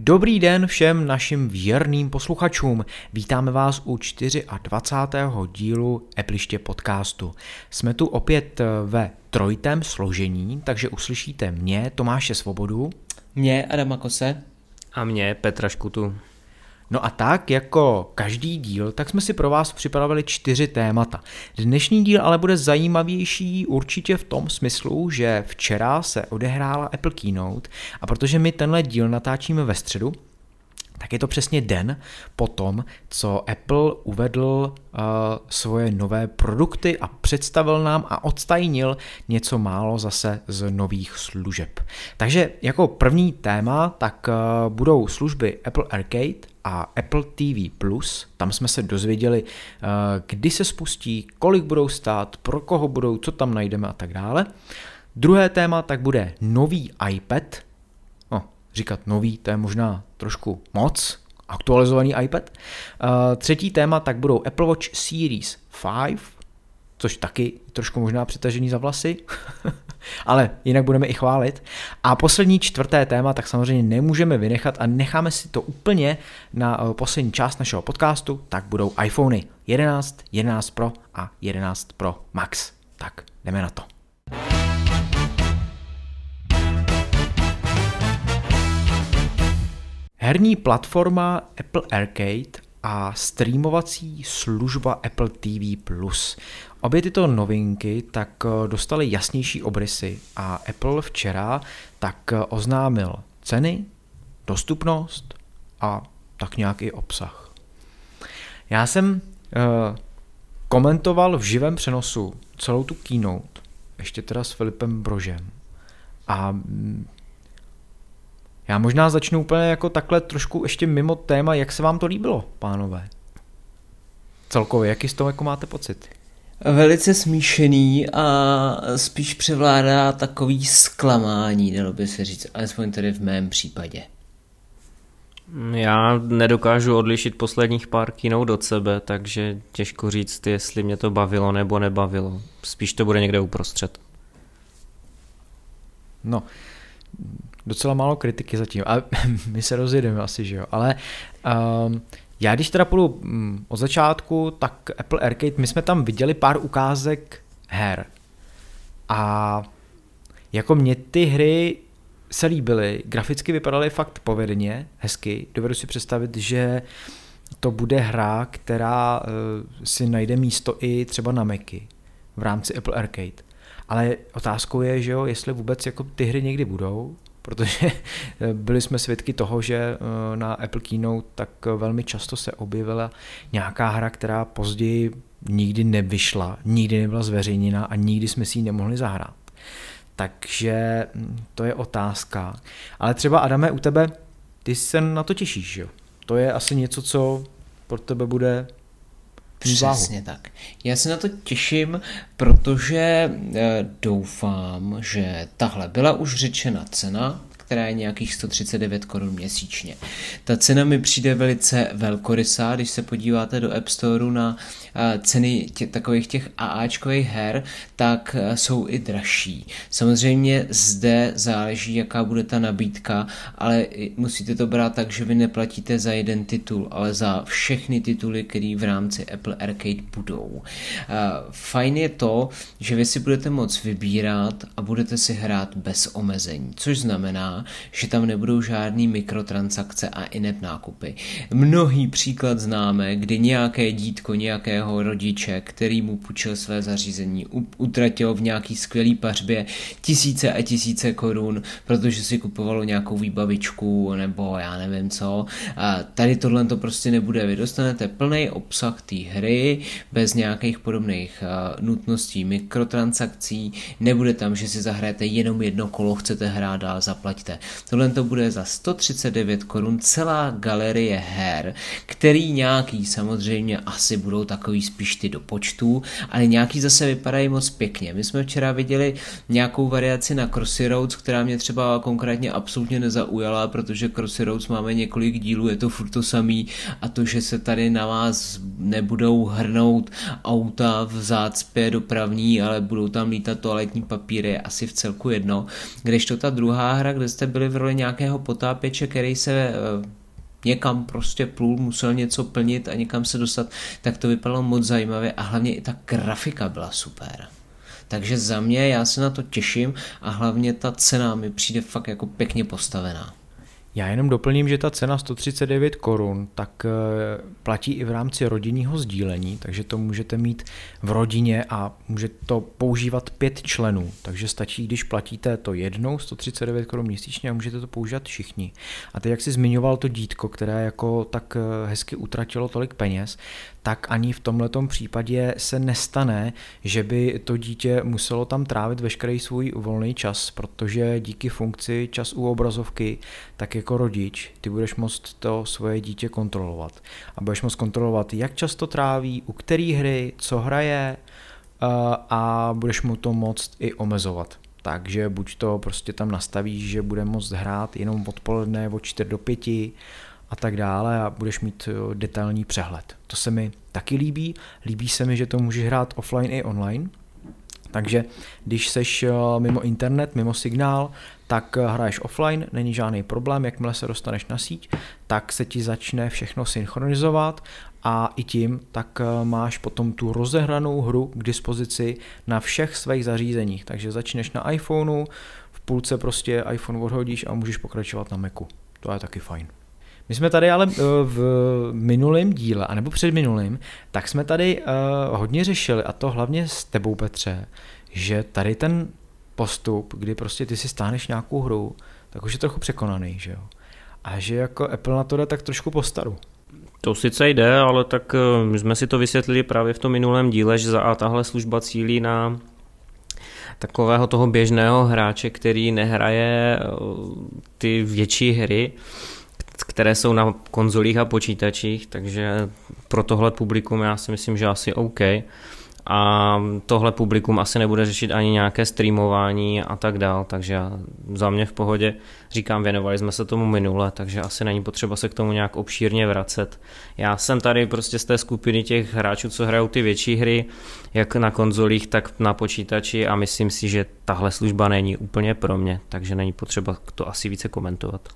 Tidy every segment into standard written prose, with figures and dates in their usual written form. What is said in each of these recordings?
Dobrý den všem našim věrným posluchačům. Vítáme vás u 24. dílu Appliště podcastu. Jsme tu opět ve trojitém složení, takže uslyšíte mě, Tomáše Svobodu. Mě, Adama Kose. A mě, Petra Škutu. No a tak, jako každý díl, tak jsme si pro vás připravili 4 témata. Dnešní díl ale bude zajímavější určitě v tom smyslu, že včera se odehrála Apple Keynote a protože my tenhle díl natáčíme ve středu, tak je to přesně den po tom, co Apple uvedl svoje nové produkty a představil nám a odstajnil něco málo zase z nových služeb. Takže jako první téma tak budou služby Apple Arcade a Apple TV+. Tam jsme se dozvěděli, kdy se spustí, kolik budou stát, pro koho budou, co tam najdeme a tak dále. Druhé téma tak bude nový iPad. Říkat nový, to je možná trošku moc, aktualizovaný iPad. Třetí téma tak budou Apple Watch Series 5, což taky trošku možná přitažený za vlasy, ale jinak budeme i chválit. A poslední 4. téma tak samozřejmě nemůžeme vynechat a necháme si to úplně na poslední část našeho podcastu, tak budou iPhony 11, 11 Pro a 11 Pro Max. Tak jdeme na to. Herní platforma Apple Arcade a streamovací služba Apple TV+. Obě tyto novinky tak dostaly jasnější obrysy a Apple včera tak oznámil ceny, dostupnost a tak nějak i obsah. Já jsem komentoval v živém přenosu celou tu keynote, ještě teda s Filipem Brožem a já možná začnu úplně jako takhle trošku ještě mimo téma, jak se vám to líbilo, pánové? Celkově, jaký z toho jako máte pocit? Velice smíšený a spíš převládá takový zklamání, dalo by se říct, alespoň tedy v mém případě. Já nedokážu odlišit posledních pár keynote od sebe, takže těžko říct, jestli mě to bavilo nebo nebavilo. Spíš to bude někde uprostřed. No, docela málo kritiky zatím, a my se rozjedeme asi, že jo, ale já když teda půjdu od začátku, tak Apple Arcade, my jsme tam viděli pár ukázek her a jako mě ty hry se líbily, graficky vypadaly fakt povedeně, hezky, dovedu si představit, že to bude hra, která si najde místo i třeba na Macy v rámci Apple Arcade, ale otázkou je, že jo, jestli vůbec jako ty hry někdy budou, protože byli jsme svědky toho, že na Apple Keynote tak velmi často se objevila nějaká hra, která později nikdy nevyšla, nikdy nebyla zveřejněna a nikdy jsme si ji nemohli zahrát. Takže to je otázka. Ale třeba, Adame, u tebe, ty se na to těšíš, jo? To je asi něco, co pro tebe bude... Přesně tak. Já se na to těším, protože doufám, že tahle byla už řečena cena, která je nějakých 139 korun měsíčně. Ta cena mi přijde velice velkorysá, když se podíváte do App Storeu na ceny takových těch AAčkových her, tak jsou i dražší. Samozřejmě zde záleží, jaká bude ta nabídka, ale musíte to brát tak, že vy neplatíte za jeden titul, ale za všechny tituly, které v rámci Apple Arcade budou. Fajn je to, že vy si budete moct vybírat a budete si hrát bez omezení, což znamená, že tam nebudou žádný mikrotransakce a in-app nákupy. Mnohý příklad známe, kdy nějaké dítko, nějakého rodiče, který mu půjčil své zařízení, utratil v nějaký skvělý pařbě tisíce a tisíce korun, protože si kupovalo nějakou výbavičku nebo já nevím co. A tady tohle to prostě nebude. Vy dostanete plný obsah té hry bez nějakých podobných nutností mikrotransakcí. Nebude tam, že si zahrajete jenom jedno kolo, chcete hrát dál, zaplaťte. Tohle to bude za 139 korun celá galerie her, který nějaký samozřejmě asi budou takový spíš ty do počtu, ale nějaký zase vypadají moc pěkně. My jsme včera viděli nějakou variaci na Crossy Roads, která mě třeba konkrétně absolutně nezaujala, protože Crossy Roads máme několik dílů, je to furt to samý a to, že se tady na vás nebudou hrnout auta v zácpě dopravní, ale budou tam lítat toaletní papíry, asi v celku jedno. Kdežto ta druhá hra, kde jste byli v roli nějakého potápěče, který se někam prostě plul, musel něco plnit a někam se dostat, tak to vypadalo moc zajímavě a hlavně i ta grafika byla super. Takže za mě, já se na to těším a hlavně ta cena mi přijde fakt jako pěkně postavená. Já jenom doplním, že ta cena 139 korun tak platí i v rámci rodinného sdílení, takže to můžete mít v rodině a může to používat 5 členů, takže stačí, když platíte to jednou 139 korun měsíčně a můžete to používat všichni. A teď, jak jsi zmiňoval to dítko, které jako tak hezky utratilo tolik peněz, tak ani v tomhletom případě se nestane, že by to dítě muselo tam trávit veškerý svůj volný čas, protože díky funkci čas u obrazovky, tak jako rodič, ty budeš moct to svoje dítě kontrolovat. A budeš moct kontrolovat, jak často tráví, u který hry, co hraje a budeš mu to moct i omezovat. Takže buď to prostě tam nastavíš, že bude moct hrát jenom odpoledne od 4 do 5 a tak dále a budeš mít detailní přehled. To se mi taky líbí. Líbí se mi, že to můžeš hrát offline i online. Takže když seš mimo internet, mimo signál, tak hraješ offline, není žádný problém, jakmile se dostaneš na síť, tak se ti začne všechno synchronizovat a i tím tak máš potom tu rozehranou hru k dispozici na všech svých zařízeních. Takže začneš na iPhoneu, v půlce prostě iPhone odhodíš a můžeš pokračovat na Macu. To je taky fajn. My jsme tady ale v minulém díle, anebo předminulým, tak jsme tady hodně řešili, a to hlavně s tebou, Petře, že tady ten postup, kdy prostě ty si stáhneš nějakou hru, tak už je trochu překonaný, že jo? A že jako Apple na to jde tak trošku po staru. To sice jde, ale tak my jsme si to vysvětlili právě v tom minulém díle, že tahle služba cílí na takového toho běžného hráče, který nehraje ty větší hry, které jsou na konzolích a počítačích, takže pro tohle publikum já si myslím, že asi OK. A tohle publikum asi nebude řešit ani nějaké streamování a tak dál, takže za mě v pohodě, říkám, věnovali jsme se tomu minule, takže asi není potřeba se k tomu nějak obšírně vracet. Já jsem tady prostě z té skupiny těch hráčů, co hrajou ty větší hry, jak na konzolích, tak na počítači a myslím si, že tahle služba není úplně pro mě, takže není potřeba to asi více komentovat.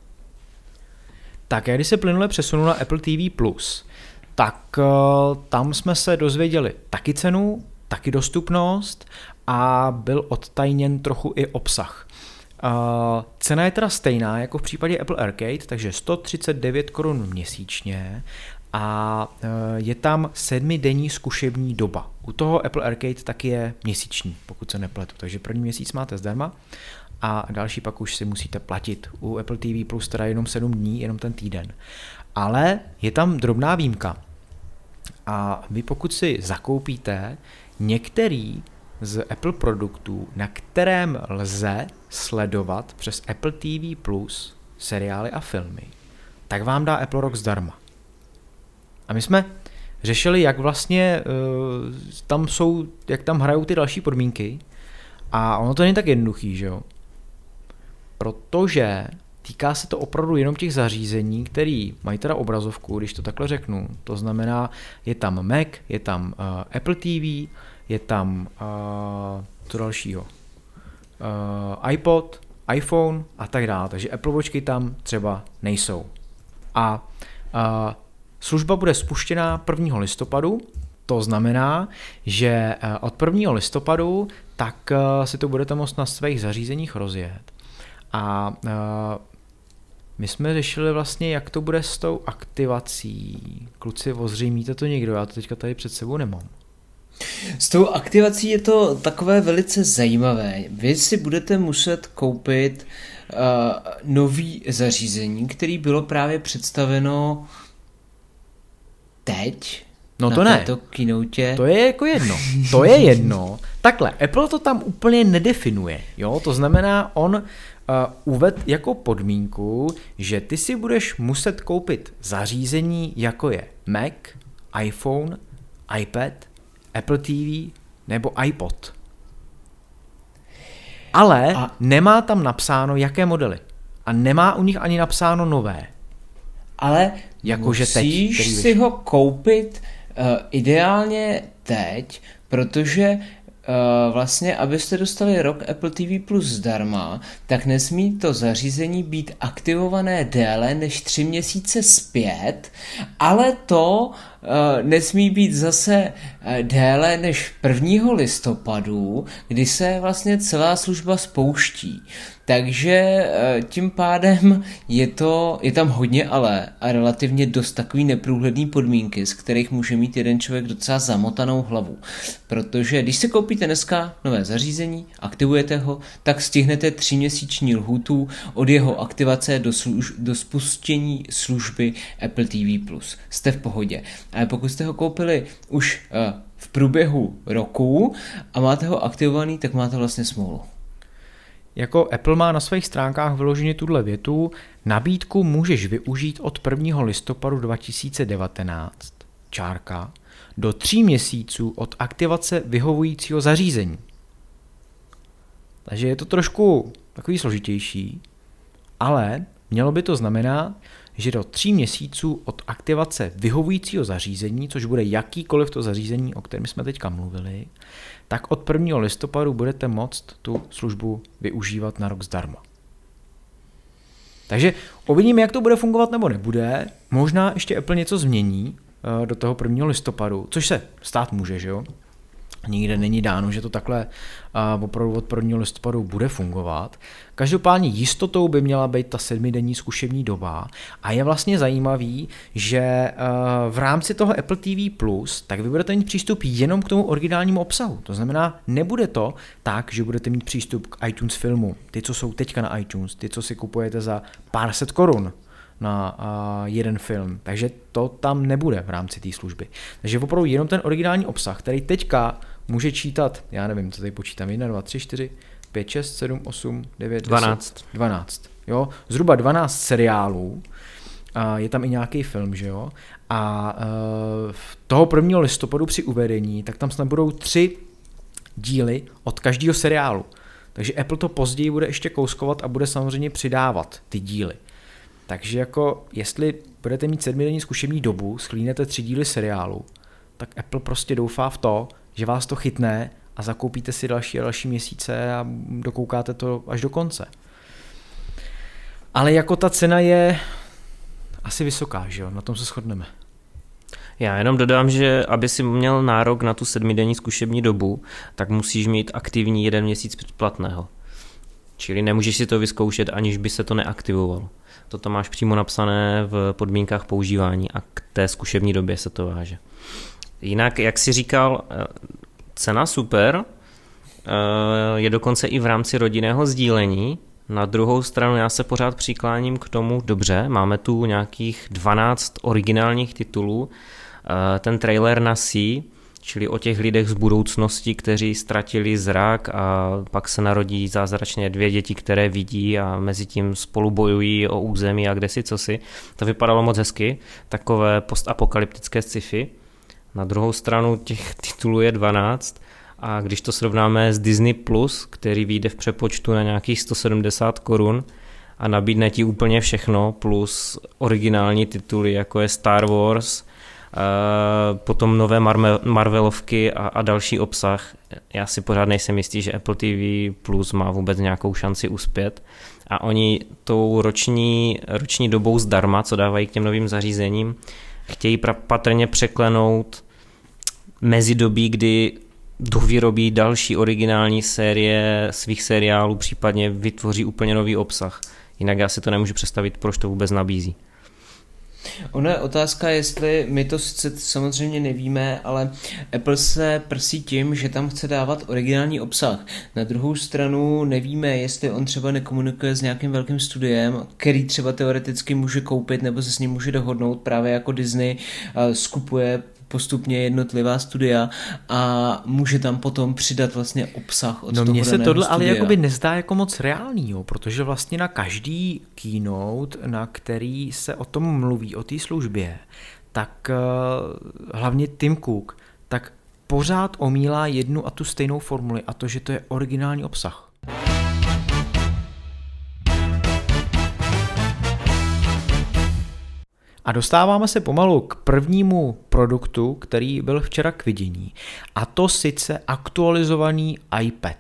Tak když se plynule přesunu na Apple TV+, tak tam jsme se dozvěděli taky cenu, taky dostupnost a byl odtajněn trochu i obsah. Cena je teda stejná jako v případě Apple Arcade, takže 139 korun měsíčně a je tam 7denní zkušební doba. U toho Apple Arcade taky je měsíční, pokud se nepletu, takže první měsíc máte zdarma a další pak už si musíte platit. U Apple TV Plus teda jenom 7 dní, jenom ten týden. Ale je tam drobná výjimka. A vy pokud si zakoupíte některý z Apple produktů, na kterém lze sledovat přes Apple TV Plus seriály a filmy, tak vám dá Apple Rock zdarma. A my jsme řešili, jak vlastně tam jsou, jak tam hrajou ty další podmínky a ono to není tak jednoduchý, že jo? Protože týká se to opravdu jenom těch zařízení, který mají teda obrazovku, když to takhle řeknu. To znamená, je tam Mac, je tam Apple TV, je tam co dalšího, iPod, iPhone a tak dále. Takže Apple Watchky tam třeba nejsou. A služba bude spuštěná 1. listopadu. To znamená, že od 1. listopadu tak si to budete moct na svých zařízeních rozjet. A my jsme řešili vlastně, jak to bude s tou aktivací. Kluci, ozřejmíte to někdo, já to teďka tady před sebou nemám. S tou aktivací je to takové velice zajímavé. Vy si budete muset koupit nový zařízení, který bylo právě představeno teď. No to ne, to je jako jedno, to je jedno. Takhle, Apple to tam úplně nedefinuje, jo, to znamená, on uved jako podmínku, že ty si budeš muset koupit zařízení, jako je Mac, iPhone, iPad, Apple TV nebo iPod. Ale nemá tam napsáno, jaké modely. A nemá u nich ani napsáno nové. Ale jako musíš si ho koupit ideálně teď, protože vlastně, abyste dostali rok Apple TV Plus zdarma, tak nesmí to zařízení být aktivované déle než 3 měsíce zpět, ale to nesmí být zase déle než 1. listopadu, kdy se vlastně celá služba spouští. Takže tím pádem je tam hodně ale a relativně dost takový neprůhledný podmínky, z kterých může mít jeden člověk docela zamotanou hlavu. Protože když si koupíte dneska nové zařízení, aktivujete ho, tak stihnete 3měsíční lhůtu od jeho aktivace do spuštění služby Apple TV+. Jste v pohodě. Ale pokud jste ho koupili už v průběhu roku a máte ho aktivovaný, tak máte vlastně smůlu. Jako Apple má na svých stránkách vyloženě tuhle větu, nabídku můžeš využít od 1. listopadu 2019, do 3 měsíců od aktivace vyhovujícího zařízení. Takže je to trošku takový složitější, ale mělo by to znamenat, že do 3 měsíců od aktivace vyhovujícího zařízení, což bude jakýkoliv to zařízení, o kterém jsme teďka mluvili, tak od 1. listopadu budete moct tu službu využívat na rok zdarma. Takže uvidíme, jak to bude fungovat nebo nebude. Možná ještě Apple něco změní do toho 1. listopadu, což se stát může, že jo? Nikde není dáno, že to takhle opravdu od 1. listopadu bude fungovat. Každopádně jistotou by měla být ta 7denní zkušební doba a je vlastně zajímavý, že v rámci toho Apple TV Plus tak vy budete mít přístup jenom k tomu originálnímu obsahu. To znamená, nebude to tak, že budete mít přístup k iTunes filmu, ty, co jsou teďka na iTunes, ty, co si kupujete za pár set korun na jeden film. Takže to tam nebude v rámci té služby. Takže opravdu jenom ten originální obsah, který teďka může čítat, já nevím, co tady počítám, 1, 2, 3, 4, 5, 6, 7, 8, 9, 10, 12. Jo? Zhruba 12 seriálů, je tam i nějaký film, že jo? A toho 1. listopadu při uvedení, tak tam snad budou 3 díly od každého seriálu. Takže Apple to později bude ještě kouskovat a bude samozřejmě přidávat ty díly. Takže jako, jestli budete mít 7denní zkušební dobu, schlínete 3 díly seriálu, tak Apple prostě doufá v to, že vás to chytne a zakoupíte si další a další měsíce a dokoukáte to až do konce. Ale jako ta cena je asi vysoká, že jo? Na tom se shodneme. Já jenom dodám, že aby si měl nárok na tu 7denní zkušební dobu, tak musíš mít aktivní 1 měsíc předplatného. Čili nemůžeš si to vyzkoušet, aniž by se to neaktivovalo. Toto máš přímo napsané v podmínkách používání a k té zkušební době se to váže. Jinak, jak jsi říkal, cena super, je dokonce i v rámci rodinného sdílení. Na druhou stranu já se pořád přikláním k tomu, dobře, máme tu nějakých 12 originálních titulů, ten trailer na C, čili o těch lidech z budoucnosti, kteří ztratili zrak a pak se narodí zázračně 2 děti, které vidí a mezi tím spolu bojují o území a kdesi cosi. To vypadalo moc hezky, takové postapokalyptické sci-fi. Na druhou stranu těch titulů je 12 a když to srovnáme s Disney+, který vyjde v přepočtu na nějakých 170 korun a nabídne ti úplně všechno plus originální tituly, jako je Star Wars, potom nové Marvelovky a další obsah. Já si pořád nejsem jistý, že Apple TV Plus má vůbec nějakou šanci uspět a oni tou roční dobou zdarma, co dávají k těm novým zařízením, chtějí patrně překlenout mezidobí, kdy dovyrobí další originální série svých seriálů, případně vytvoří úplně nový obsah. Jinak já si to nemůžu představit, proč to vůbec nabízí. Ona je otázka, jestli my to sice samozřejmě nevíme, ale Apple se prsí tím, že tam chce dávat originální obsah. Na druhou stranu nevíme, jestli on třeba nekomunikuje s nějakým velkým studiem, který třeba teoreticky může koupit nebo se s ním může dohodnout, právě jako Disney skupuje postupně jednotlivá studia a může tam potom přidat vlastně obsah od toho daného studia. Mně se tohle ale jakoby nezdá jako moc reálný, jo, protože vlastně na každý keynote, na který se o tom mluví, o té službě, tak hlavně Tim Cook, tak pořád omílá jednu a tu stejnou formuli a to, že to je originální obsah. A A dostáváme se pomalu k prvnímu produktu, který byl včera k vidění. A to sice aktualizovaný iPad.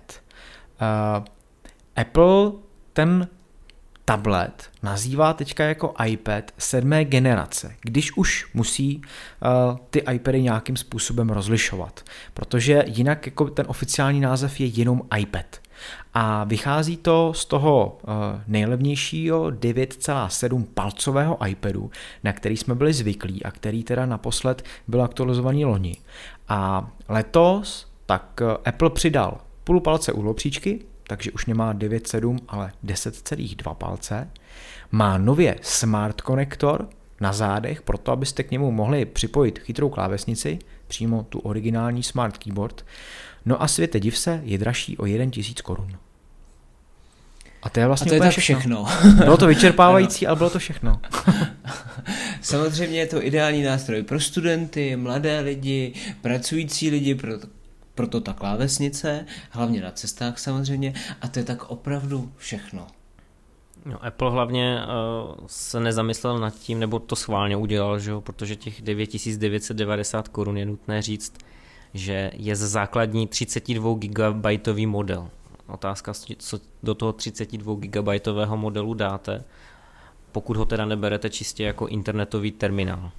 Apple ten tablet nazývá teďka jako iPad 7. generace, když už musí ty iPady nějakým způsobem rozlišovat, protože jinak jako ten oficiální název je jenom iPad. A vychází to z toho nejlevnějšího 9,7 palcového iPadu, na který jsme byli zvyklí a který teda naposled byl aktualizovaný loni. A letos tak Apple přidal půl palce u lopříčky, takže už nemá 9,7, ale 10,2 palce. Má nově smart konektor na zádech, proto abyste k němu mohli připojit chytrou klávesnici, přímo tu originální smart keyboard. No a světe div se, je dražší o 1 000 korun. A to je vlastně úplně všechno. Bylo to vyčerpávající, ale bylo to všechno. Samozřejmě je to ideální nástroj pro studenty, mladé lidi, pracující lidi, proto ta klávesnice, hlavně na cestách samozřejmě, a to je tak opravdu všechno. No, Apple hlavně se nezamyslel nad tím, nebo to schválně udělal, že jo? Protože těch 9990 korun je nutné říct, že je základní 32 GB model. Otázka, co do toho 32 GB modelu dáte, pokud ho teda neberete čistě jako internetový terminál.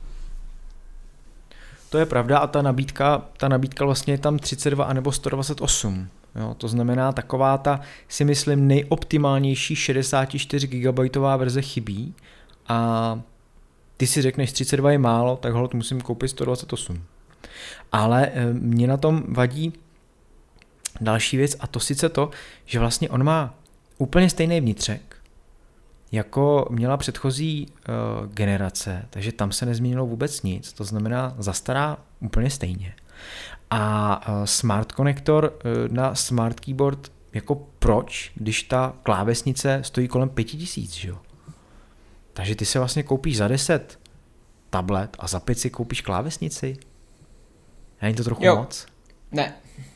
To je pravda a ta nabídka vlastně je tam 32 anebo 128. Jo, to znamená, taková ta, si myslím, nejoptimálnější 64 GB verze chybí a ty si řekneš 32 je málo, tak holt musím koupit 128. Ale mě na tom vadí další věc a to sice to, že vlastně on má úplně stejný vnitřek, jako měla předchozí generace, takže tam se nezměnilo vůbec nic, to znamená zastará úplně stejně. A smart konektor na smart keyboard, jako proč, když ta klávesnice stojí kolem 5000, že jo? Takže ty se vlastně koupíš za 10 tablet a za 5 si koupíš klávesnici? Není to trochu moc? Ne.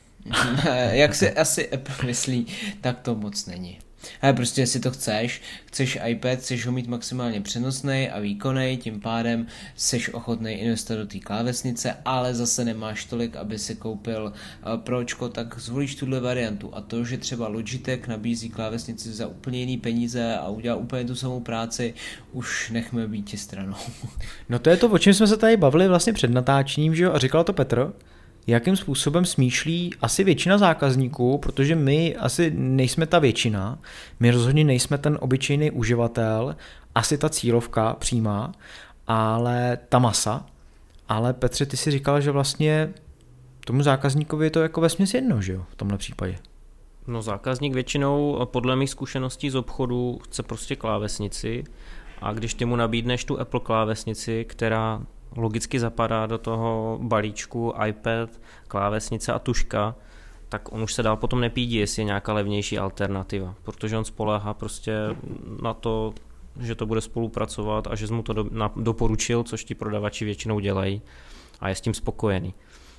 Jak si asi Apple myslí, tak to moc není. Ale prostě jestli to chceš iPad, chceš ho mít maximálně přenosnej a výkonnej, tím pádem seš ochotnej investovat do té klávesnice, ale zase nemáš tolik, aby si koupil Pročko, tak zvolíš tuhle variantu. A to, že třeba Logitech nabízí klávesnici za úplně jiný peníze a udělá úplně tu samou práci, už nechme být stranou. No to je to, o čem jsme se tady bavili vlastně před natáčením, že jo, a říkal to Petr, jakým způsobem smýšlí asi většina zákazníků, protože my asi nejsme ta většina, my rozhodně nejsme ten obyčejný uživatel, asi ta cílovka přímá, ale ta masa. Ale Petře, ty si říkal, že vlastně tomu zákazníkovi je to jako vesměs jedno, že jo, v tomhle případě. No zákazník většinou podle mých zkušeností z obchodu chce prostě klávesnici a když ty mu nabídneš tu Apple klávesnici, která logicky zapadá do toho balíčku iPad, klávesnice a tužka, tak on už se dál potom nepídí, jestli je nějaká levnější alternativa, protože on spoléhá prostě na to, že to bude spolupracovat a že jsi mu to doporučil, což ti prodavači většinou dělají a je s tím spokojený.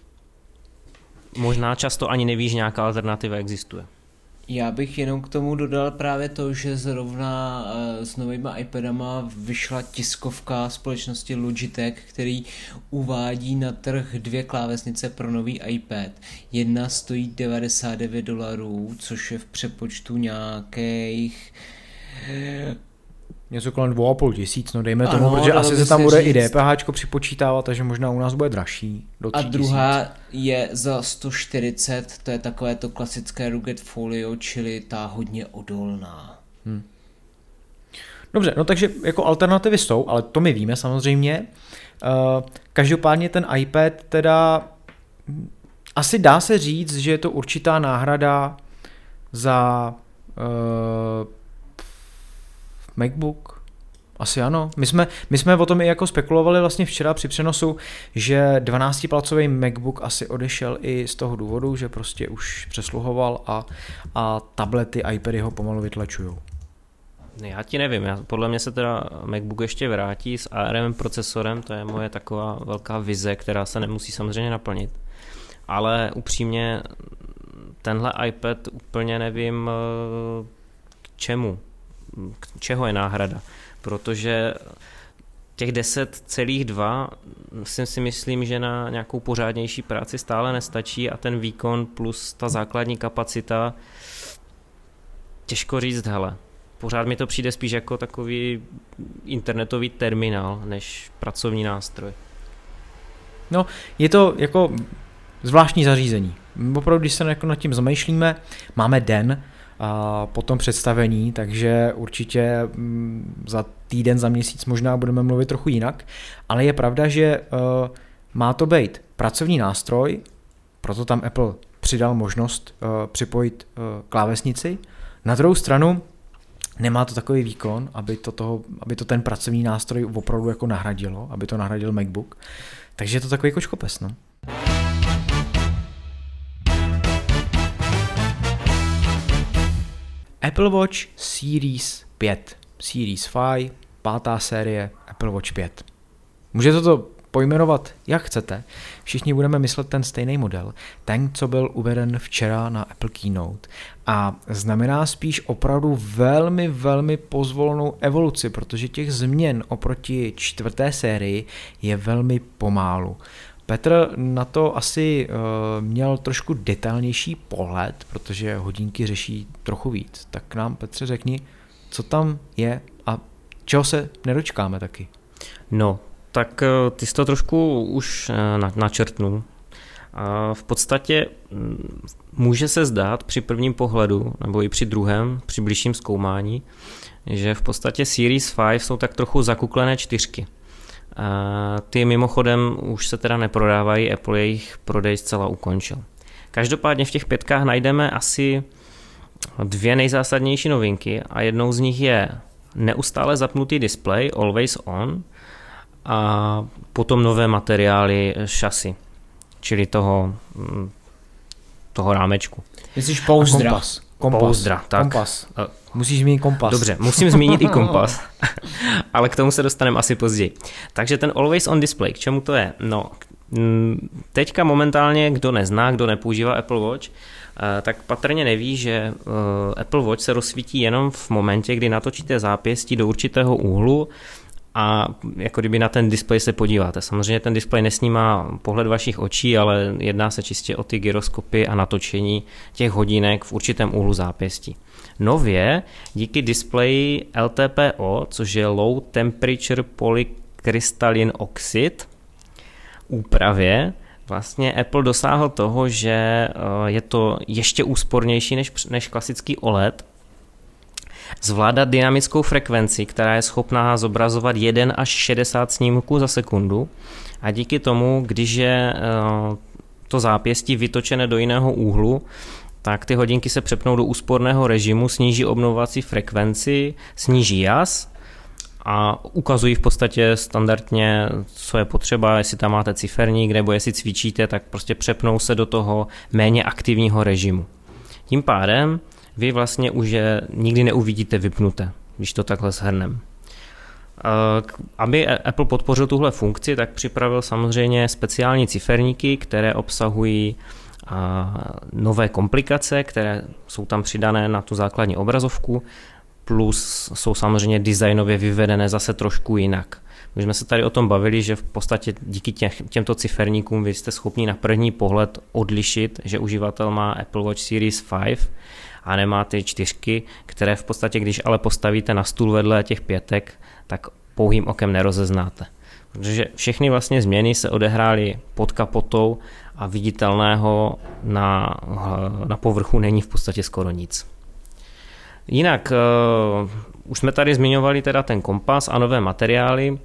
Možná často ani nevíš, že nějaká alternativa existuje. Já bych jenom k tomu dodal právě to, že zrovna s novýma iPadama vyšla tiskovka společnosti Logitech, který uvádí na trh 2 klávesnice pro nový iPad. Jedna stojí $99, což je v přepočtu nějakých něco kolem 2,5 000, no dejme tomu, protože asi se tam bude i DPH připočítávat, takže možná u nás bude dražší. A druhá je za 140, to je takové to klasické rugged folio, čili ta hodně odolná. Dobře, no takže jako alternativy jsou, ale to my víme samozřejmě. Každopádně ten iPad teda asi dá se říct, že je to určitá náhrada za MacBook? Asi ano. My jsme o tom i jako spekulovali vlastně včera při přenosu, že 12-palcový MacBook asi odešel i z toho důvodu, že prostě už přesluhoval a tablety, iPady ho pomalu vytlačujou. Já ti nevím, podle mě se teda MacBook ještě vrátí s ARM procesorem, to je moje taková velká vize, která se nemusí samozřejmě naplnit. Ale upřímně tenhle iPad úplně nevím k čemu. Čeho je náhrada, protože těch 10,2 si myslím, že na nějakou pořádnější práci stále nestačí a ten výkon plus ta základní kapacita, těžko říct, hele. Pořád mi to přijde spíš jako takový internetový terminál, než pracovní nástroj. No, je to jako zvláštní zařízení. Opravdu, když se jako nad tím zamýšlíme, máme den po tom představení, takže určitě za týden, za měsíc možná budeme mluvit trochu jinak, ale je pravda, že má to být pracovní nástroj, proto tam Apple přidal možnost připojit klávesnici. Na druhou stranu nemá to takový výkon, aby to ten pracovní nástroj opravdu jako nahradilo, aby to nahradil MacBook. Takže je to takový kočkopes, no. Apple Watch Series 5, Series 5, 5. série Apple Watch 5. Můžete to pojmenovat jak chcete, všichni budeme myslet ten stejný model, ten, co byl uveden včera na Apple Keynote a znamená spíš opravdu velmi, velmi pozvolnou evoluci, protože těch změn oproti 4. sérii je velmi pomálu. Petr na to asi měl trošku detailnější pohled, protože hodinky řeší trochu víc. Tak nám, Petře, řekni, co tam je a čeho se nedočkáme taky. No, tak ty jsi to trošku už načrtnul. V podstatě může se zdát při prvním pohledu, nebo i při druhém, při bližším zkoumání, že v podstatě Series 5 jsou tak trochu zakuklené 4. Ty mimochodem už se teda neprodávají, Apple jejich prodej zcela ukončil. Každopádně v těch 5 najdeme asi 2 nejzásadnější novinky a jednou z nich je neustále zapnutý displej, always on, a potom nové materiály šasy, čili toho rámečku. Myslíš pouzdra? Pouzdra, tak. Kompas. Musíš zmínit kompas. Dobře, musím zmínit i kompas, ale k tomu se dostaneme asi později. Takže ten Always On Display, k čemu to je? No, teďka momentálně, kdo nezná, kdo nepoužívá Apple Watch, tak patrně neví, že Apple Watch se rozsvítí jenom v momentě, kdy natočíte zápěstí do určitého úhlu a jako kdyby na ten displej se podíváte. Samozřejmě ten displej nesnímá pohled vašich očí, ale jedná se čistě o ty gyroskopy a natočení těch hodinek v určitém úhlu zápěstí. Nově díky displeji LTPO, což je Low Temperature Polycrystalline Oxide, úpravě, vlastně Apple dosáhl toho, že je to ještě úspornější než klasický OLED, zvládat dynamickou frekvenci, která je schopná zobrazovat 1 až 60 snímků za sekundu a díky tomu, když je to zápěstí vytočené do jiného úhlu, tak ty hodinky se přepnou do úsporného režimu, sníží obnovovací frekvenci, sníží jas a ukazují v podstatě standardně, co je potřeba, jestli tam máte ciferník nebo jestli cvičíte, tak prostě přepnou se do toho méně aktivního režimu. Tím pádem vy vlastně už je nikdy neuvidíte vypnuté, když to takhle shrnem. Aby Apple podpořil tuhle funkci, tak připravil samozřejmě speciální ciferníky, které obsahují nové komplikace, které jsou tam přidané na tu základní obrazovku, plus jsou samozřejmě designově vyvedené zase trošku jinak. My jsme se tady o tom bavili, že v podstatě díky těmto ciferníkům vy jste schopni na první pohled odlišit, že uživatel má Apple Watch Series 5 a nemá ty 4, které v podstatě, když ale postavíte na stůl vedle těch 5, tak pouhým okem nerozeznáte. Protože všechny vlastně změny se odehrály pod kapotou a viditelného na povrchu není v podstatě skoro nic. Jinak, už jsme tady zmiňovali teda ten kompas a nové materiály.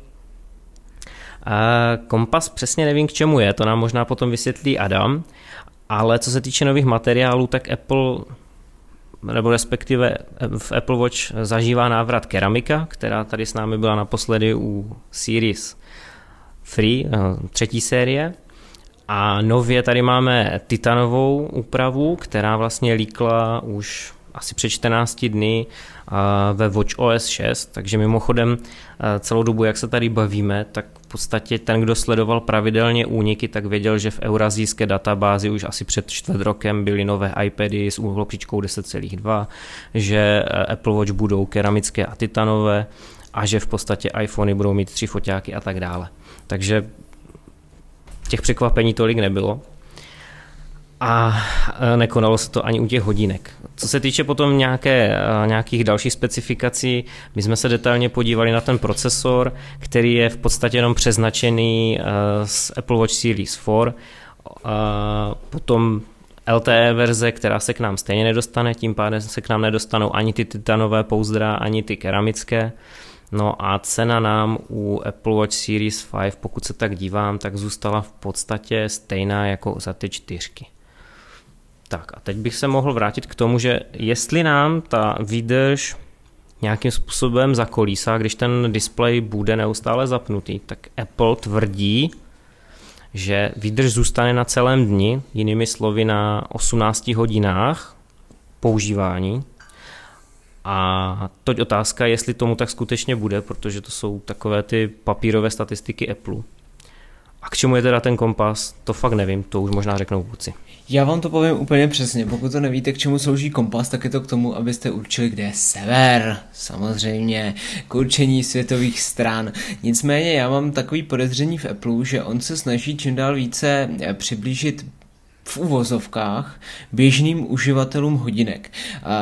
Kompas přesně nevím, k čemu je, to nám možná potom vysvětlí Adam, ale co se týče nových materiálů, tak Apple, nebo respektive v Apple Watch zažívá návrat keramika, která tady s námi byla naposledy u Series 3, 3. série. A nově tady máme titanovou úpravu, která vlastně líkla už asi před 14 dny ve WatchOS 6, takže mimochodem celou dobu, jak se tady bavíme, tak v podstatě ten, kdo sledoval pravidelně úniky, tak věděl, že v eurazijské databázi už asi před 4 rokem byly nové iPady s úhlopříčkou 10,2, že Apple Watch budou keramické a titanové a že v podstatě iPhony budou mít 3 foťáky a tak dále. Takže těch překvapení tolik nebylo. A nekonalo se to ani u těch hodinek. Co se týče potom nějakých dalších specifikací, my jsme se detailně podívali na ten procesor, který je v podstatě jenom přeznačený z Apple Watch Series 4. Potom LTE verze, která se k nám stejně nedostane, tím pádem se k nám nedostanou ani ty titanové pouzdra, ani ty keramické. No a cena nám u Apple Watch Series 5, pokud se tak dívám, tak zůstala v podstatě stejná jako za ty 4. Tak a teď bych se mohl vrátit k tomu, že jestli nám ta výdrž nějakým způsobem zakolísá, když ten displej bude neustále zapnutý, tak Apple tvrdí, že výdrž zůstane na celém dni, jinými slovy na 18 hodinách používání. A teď otázka, jestli tomu tak skutečně bude, protože to jsou takové ty papírové statistiky Apple. A k čemu je teda ten kompas, to fakt nevím, to už možná řeknou vůdci. Já vám to povím úplně přesně, pokud to nevíte, k čemu slouží kompas, tak je to k tomu, abyste určili, kde je sever, samozřejmě, k určení světových stran. Nicméně já mám takový podezření v Apple, že on se snaží čím dál více přiblížit v uvozovkách běžným uživatelům hodinek.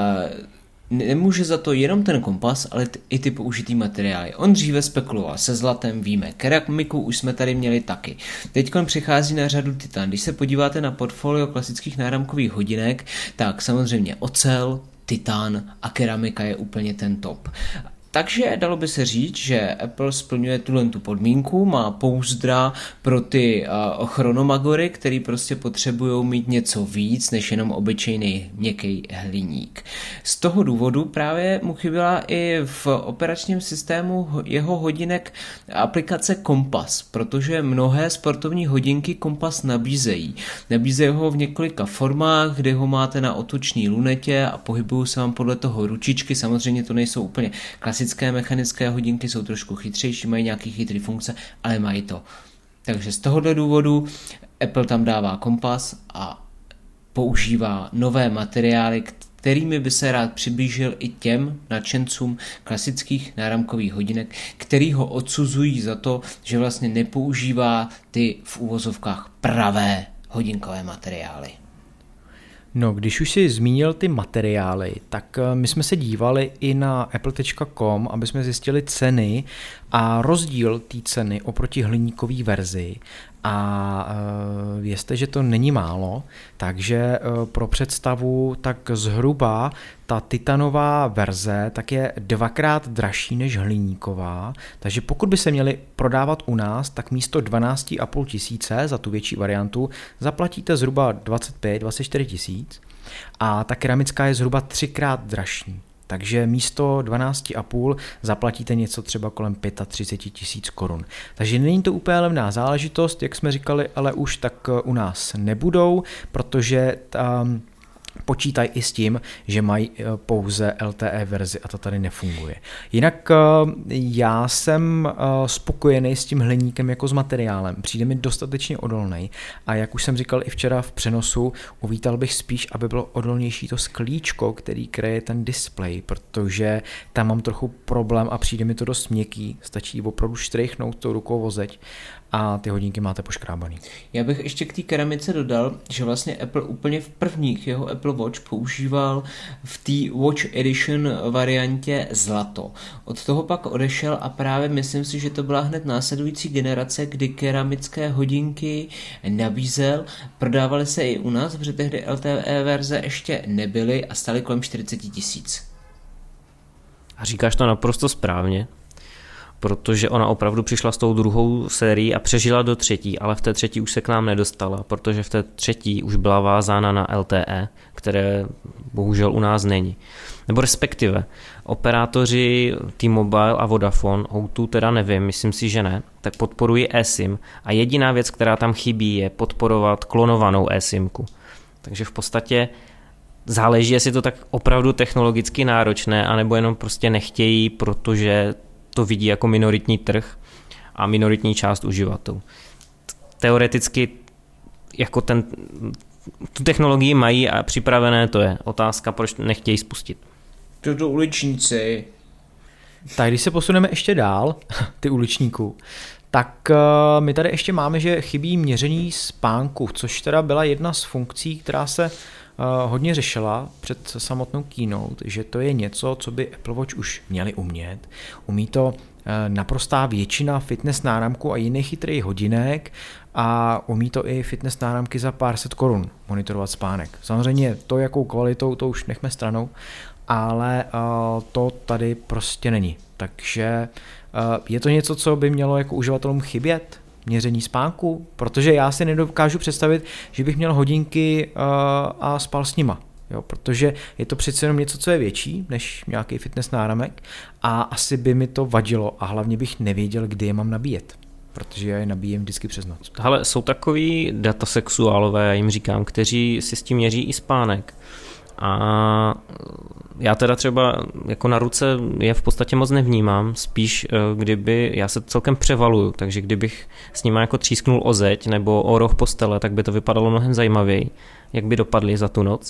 Nemůže za to jenom ten kompas, ale i ty použitý materiály. On dříve spekuloval se zlatem, víme, keramiku už jsme tady měli taky. Teďkon přichází na řadu titan. Když se podíváte na portfolio klasických náramkových hodinek, tak samozřejmě ocel, titan a keramika je úplně ten top. Takže dalo by se říct, že Apple splňuje tu podmínku, má pouzdra pro ty chronomagory, který prostě potřebují mít něco víc, než jenom obyčejný měkký hliník. Z toho důvodu právě mu chyběla i v operačním systému jeho hodinek aplikace Kompas, protože mnohé sportovní hodinky Kompas nabízejí. Nabízejí ho v několika formách, kde ho máte na otočný lunetě a pohybují se vám podle toho ručičky, samozřejmě to nejsou úplně klasické mechanické hodinky, jsou trošku chytřejší, mají nějaký chytrý funkce, ale mají to. Takže z tohohle důvodu Apple tam dává kompas a používá nové materiály, kterými by se rád přiblížil i těm nadšencům klasických náramkových hodinek, který ho odsuzují za to, že vlastně nepoužívá ty v uvozovkách pravé hodinkové materiály. No, když už si zmínil ty materiály, tak my jsme se dívali i na apple.com, aby jsme zjistili ceny a rozdíl té ceny oproti hliníkové verzi. A vězte, že to není málo, takže pro představu tak zhruba ta titanová verze tak je 2x dražší než hliníková, takže pokud by se měly prodávat u nás, tak místo 12,5 tisíce za tu větší variantu zaplatíte zhruba 25-24 tisíc a ta keramická je zhruba 3x dražší. Takže místo 12,5 zaplatíte něco třeba kolem 35 tisíc korun. Takže není to úplně levná záležitost, jak jsme říkali, ale už tak u nás nebudou, protože počítají i s tím, že mají pouze LTE verzi a to tady nefunguje. Jinak já jsem spokojený s tím hliníkem jako s materiálem. Přijde mi dostatečně odolný a jak už jsem říkal i včera v přenosu, uvítal bych spíš, aby bylo odolnější to sklíčko, který kryje ten displej, protože tam mám trochu problém a přijde mi to dost měkký. Stačí opravdu štrejchnout tou rukou o zeď a ty hodinky máte poškrábaný. Já bych ještě k té keramice dodal, že vlastně Apple úplně v prvních jeho Apple Watch používal v té Watch Edition variantě zlato. Od toho pak odešel a právě myslím si, že to byla hned následující generace, kdy keramické hodinky nabízel. Prodávaly se i u nás, protože tehdy LTE verze ještě nebyly a staly kolem 40 tisíc. A říkáš to naprosto správně, protože ona opravdu přišla s tou druhou sérií a přežila do třetí, ale v té třetí už se k nám nedostala, protože v té třetí už byla vázána na LTE, které bohužel u nás není. Nebo respektive operátoři T-Mobile a Vodafone, O2 teda nevím, myslím si, že ne, tak podporují eSIM a jediná věc, která tam chybí, je podporovat klonovanou eSIMku. Takže v podstatě záleží, jestli to tak opravdu technologicky náročné, anebo jenom prostě nechtějí, protože to vidí jako minoritní trh a minoritní část uživatelů. Teoreticky jako tu technologii mají a připravené to je. Otázka, proč nechtějí spustit. To uličníci. Tak když se posuneme ještě dál, ty uličníků, tak my tady ještě máme, že chybí měření spánku, což teda byla jedna z funkcí, která se hodně řešila před samotnou keynote, že to je něco, co by Apple Watch už měli umět. Umí to naprostá většina fitness náramků a jiných chytrých hodinek a umí to i fitness náramky za pár set korun monitorovat spánek. Samozřejmě to, jakou kvalitou, to už nechme stranou, ale to tady prostě není. Takže je to něco, co by mělo jako uživatelům chybět? Měření spánku? Protože já si nedokážu představit, že bych měl hodinky a spal s nima. Jo, protože je to přece jenom něco, co je větší než nějaký fitness náramek a asi by mi to vadilo a hlavně bych nevěděl, kdy je mám nabíjet. Protože já je nabíjem vždycky přes noc. Hele, jsou takový datasexuálové, já jim říkám, kteří si s tím měří i spánek. A já teda třeba jako na ruce je v podstatě moc nevnímám, spíš kdyby, já se celkem převaluju, takže kdybych s nima jako třísknul o zeď nebo o roh postele, tak by to vypadalo mnohem zajímavěji, jak by dopadly za tu noc.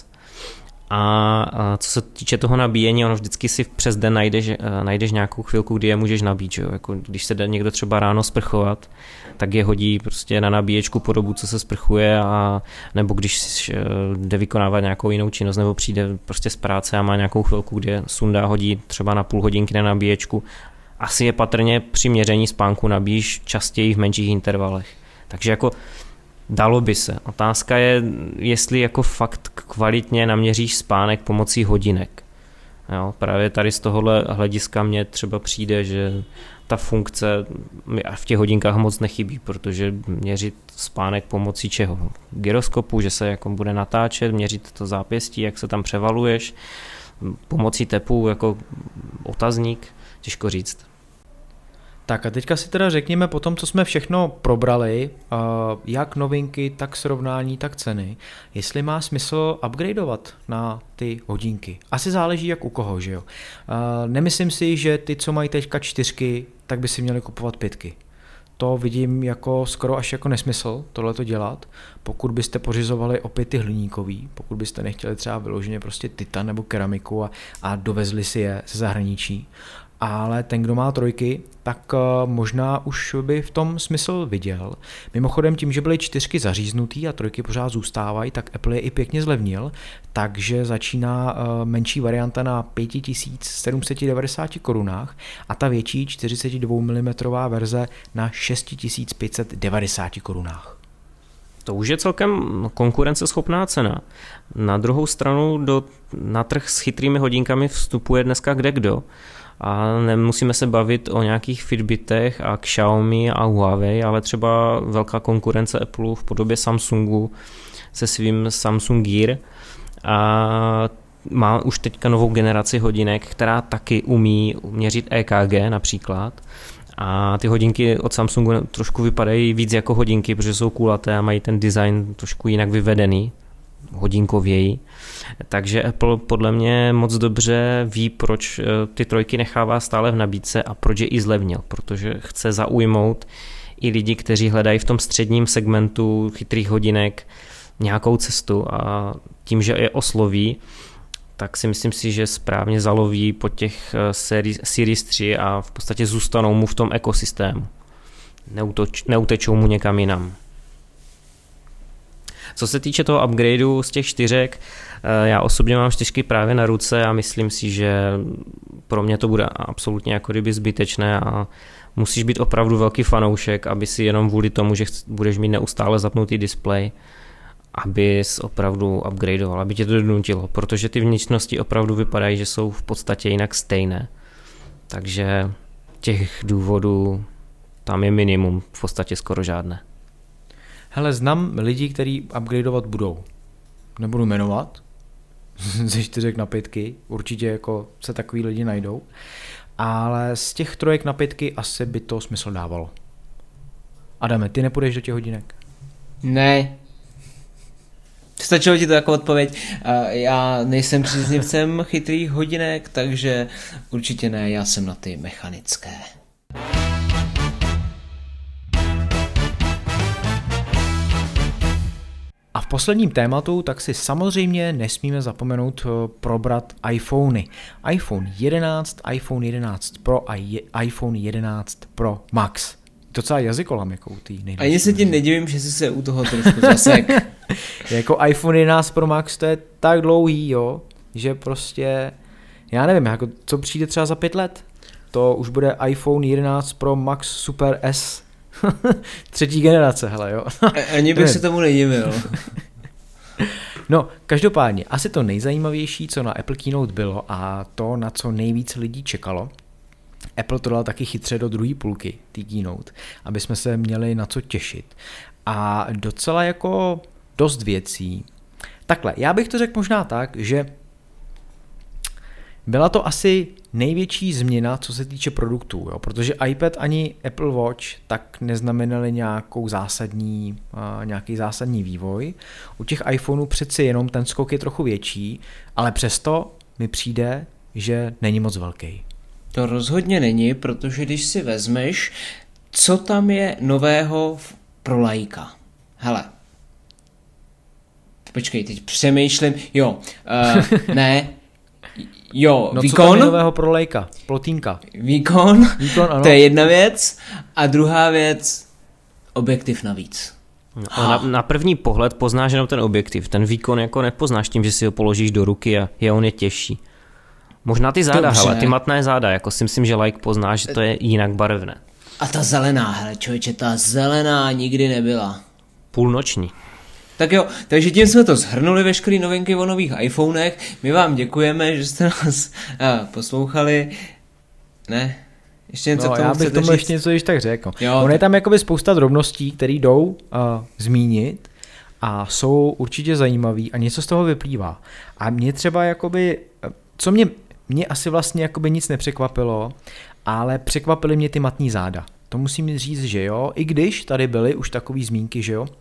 A co se týče toho nabíjení, ono vždycky si přes den najdeš nějakou chvilku, kdy je můžeš nabít. Že jo? Jako když se jde někdo třeba ráno sprchovat, tak je hodí prostě na nabíječku po dobu, co se sprchuje, a nebo když jde vykonávat nějakou jinou činnost, nebo přijde prostě z práce a má nějakou chvilku, kde sundá, hodí třeba na půl hodinky na nabíječku. Asi je patrně při měření spánku nabíjíš častěji v menších intervalech. Takže jako dalo by se. Otázka je, jestli jako fakt kvalitně naměříš spánek pomocí hodinek. Jo, právě tady z tohohle hlediska mně třeba přijde, že ta funkce mi v těch hodinkách moc nechybí, protože měřit spánek pomocí čeho? Gyroskopu, že se jako bude natáčet, měřit to zápěstí, jak se tam převaluješ, pomocí tepu jako otazník, těžko říct. Tak a teďka si teda řekněme po tom, co jsme všechno probrali, jak novinky, tak srovnání, tak ceny, jestli má smysl upgradeovat na ty hodinky. Asi záleží jak u koho, že jo. Nemyslím si, že ty, co mají teďka 4, tak by si měli kupovat 5. To vidím jako skoro až jako nesmysl tohleto dělat, pokud byste pořizovali opět ty hliníkový, pokud byste nechtěli třeba vyloženě prostě titan nebo keramiku a dovezli si je ze zahraničí. Ale ten, kdo má 3, tak možná už by v tom smysl viděl. Mimochodem tím, že byly 4 zaříznutý a 3 pořád zůstávají, tak Apple je i pěkně zlevnil, takže začíná menší varianta na 5790 korunách a ta větší 42 mm verze na 6590 korunách. To už je celkem konkurenceschopná cena. Na druhou stranu na trh s chytrými hodinkami vstupuje dneska kdekdo. A nemusíme se bavit o nějakých Fitbitech a Xiaomi a Huawei, ale třeba velká konkurence Apple v podobě Samsungu se svým Samsung Gear a má už teďka novou generaci hodinek, která taky umí měřit EKG například. A ty hodinky od Samsungu trošku vypadají víc jako hodinky, protože jsou kulaté a mají ten design trošku jinak vyvedený, hodinkověji. Takže Apple podle mě moc dobře ví, proč ty 3 nechává stále v nabídce a proč je i zlevnil, protože chce zaujmout i lidi, kteří hledají v tom středním segmentu chytrých hodinek nějakou cestu a tím, že je osloví, tak si myslím si, že správně zaloví po těch Series 3 a v podstatě zůstanou mu v tom ekosystému. Neutečou mu někam jinam. Co se týče toho upgradeu z těch 4, já osobně mám 4 právě na ruce a myslím si, že pro mě to bude absolutně jako kdyby zbytečné a musíš být opravdu velký fanoušek, aby si jenom kvůli tomu, že budeš mít neustále zapnutý displej, abys opravdu upgradeoval, aby tě to donutilo, protože ty vnitřnosti opravdu vypadají, že jsou v podstatě jinak stejné. Takže těch důvodů tam je minimum, v podstatě skoro žádné. Hele, znám lidi, kteří upgradeovat budou. Nebudu jmenovat, ze 4 na 5, určitě jako se takový lidi najdou, ale z těch 3 na 5 asi by to smysl dávalo. Adame, ty nepůjdeš do těch hodinek? Ne. Stačilo ti to jako odpověď. Já nejsem příznivcem chytrých hodinek, takže určitě ne, já jsem na ty mechanické. A v posledním tématu tak si samozřejmě nesmíme zapomenout probrat iPhony. iPhone 11, iPhone 11 Pro a iPhone 11 Pro Max. Docela jazykolam jako u tý nejdelší. Ani se ti nedivím, že jsi se u toho trošku zasek. Jako iPhone 11 Pro Max to je tak dlouhý, jo, že prostě, já nevím, jako co přijde třeba za 5 let. To už bude iPhone 11 Pro Max Super S. 3. generace, hele, jo. Ani bych se tomu nedivil. No, každopádně, asi to nejzajímavější, co na Apple Keynote bylo a to, na co nejvíc lidí čekalo, Apple to dal taky chytře do druhé půlky té Keynote, aby jsme se měli na co těšit. A docela jako dost věcí. Takhle, já bych to řekl možná tak, že byla to asi největší změna, co se týče produktů, jo? Protože iPad ani Apple Watch tak neznamenaly nějaký zásadní vývoj. U těch iPhoneů přeci jenom ten skok je trochu větší, ale přesto mi přijde, že není moc velký. To rozhodně není, protože když si vezmeš, co tam je nového pro laika. Hele, počkej, teď přemýšlím, No výkon. Co tam je nového pro lajka? Plotínka. Výkon, ano. To je jedna věc. A druhá věc, objektiv navíc. No, na první pohled poznáš jenom ten objektiv. Ten výkon jako nepoznáš tím, že si ho položíš do ruky a on je těžší. Možná ty záda, hele, ty matné záda, jako si myslím, že like pozná, že to je jinak barevné. A ta zelená, hele člověče, ta zelená nikdy nebyla. Půlnoční. Tak jo, takže tím jsme to shrnuli veškeré novinky o nových iPhonech. My vám děkujeme, že jste nás poslouchali. Ne? Ještě něco já bych tomu ještě něco již tak řekl. On je tam jakoby spousta drobností, které jdou zmínit a jsou určitě zajímavý a něco z toho vyplývá. A mě třeba jakoby, co mě asi vlastně jakoby nic nepřekvapilo, ale překvapily mě ty matní záda. To musím říct, že jo, i když tady byly už takový zmínky, že jo,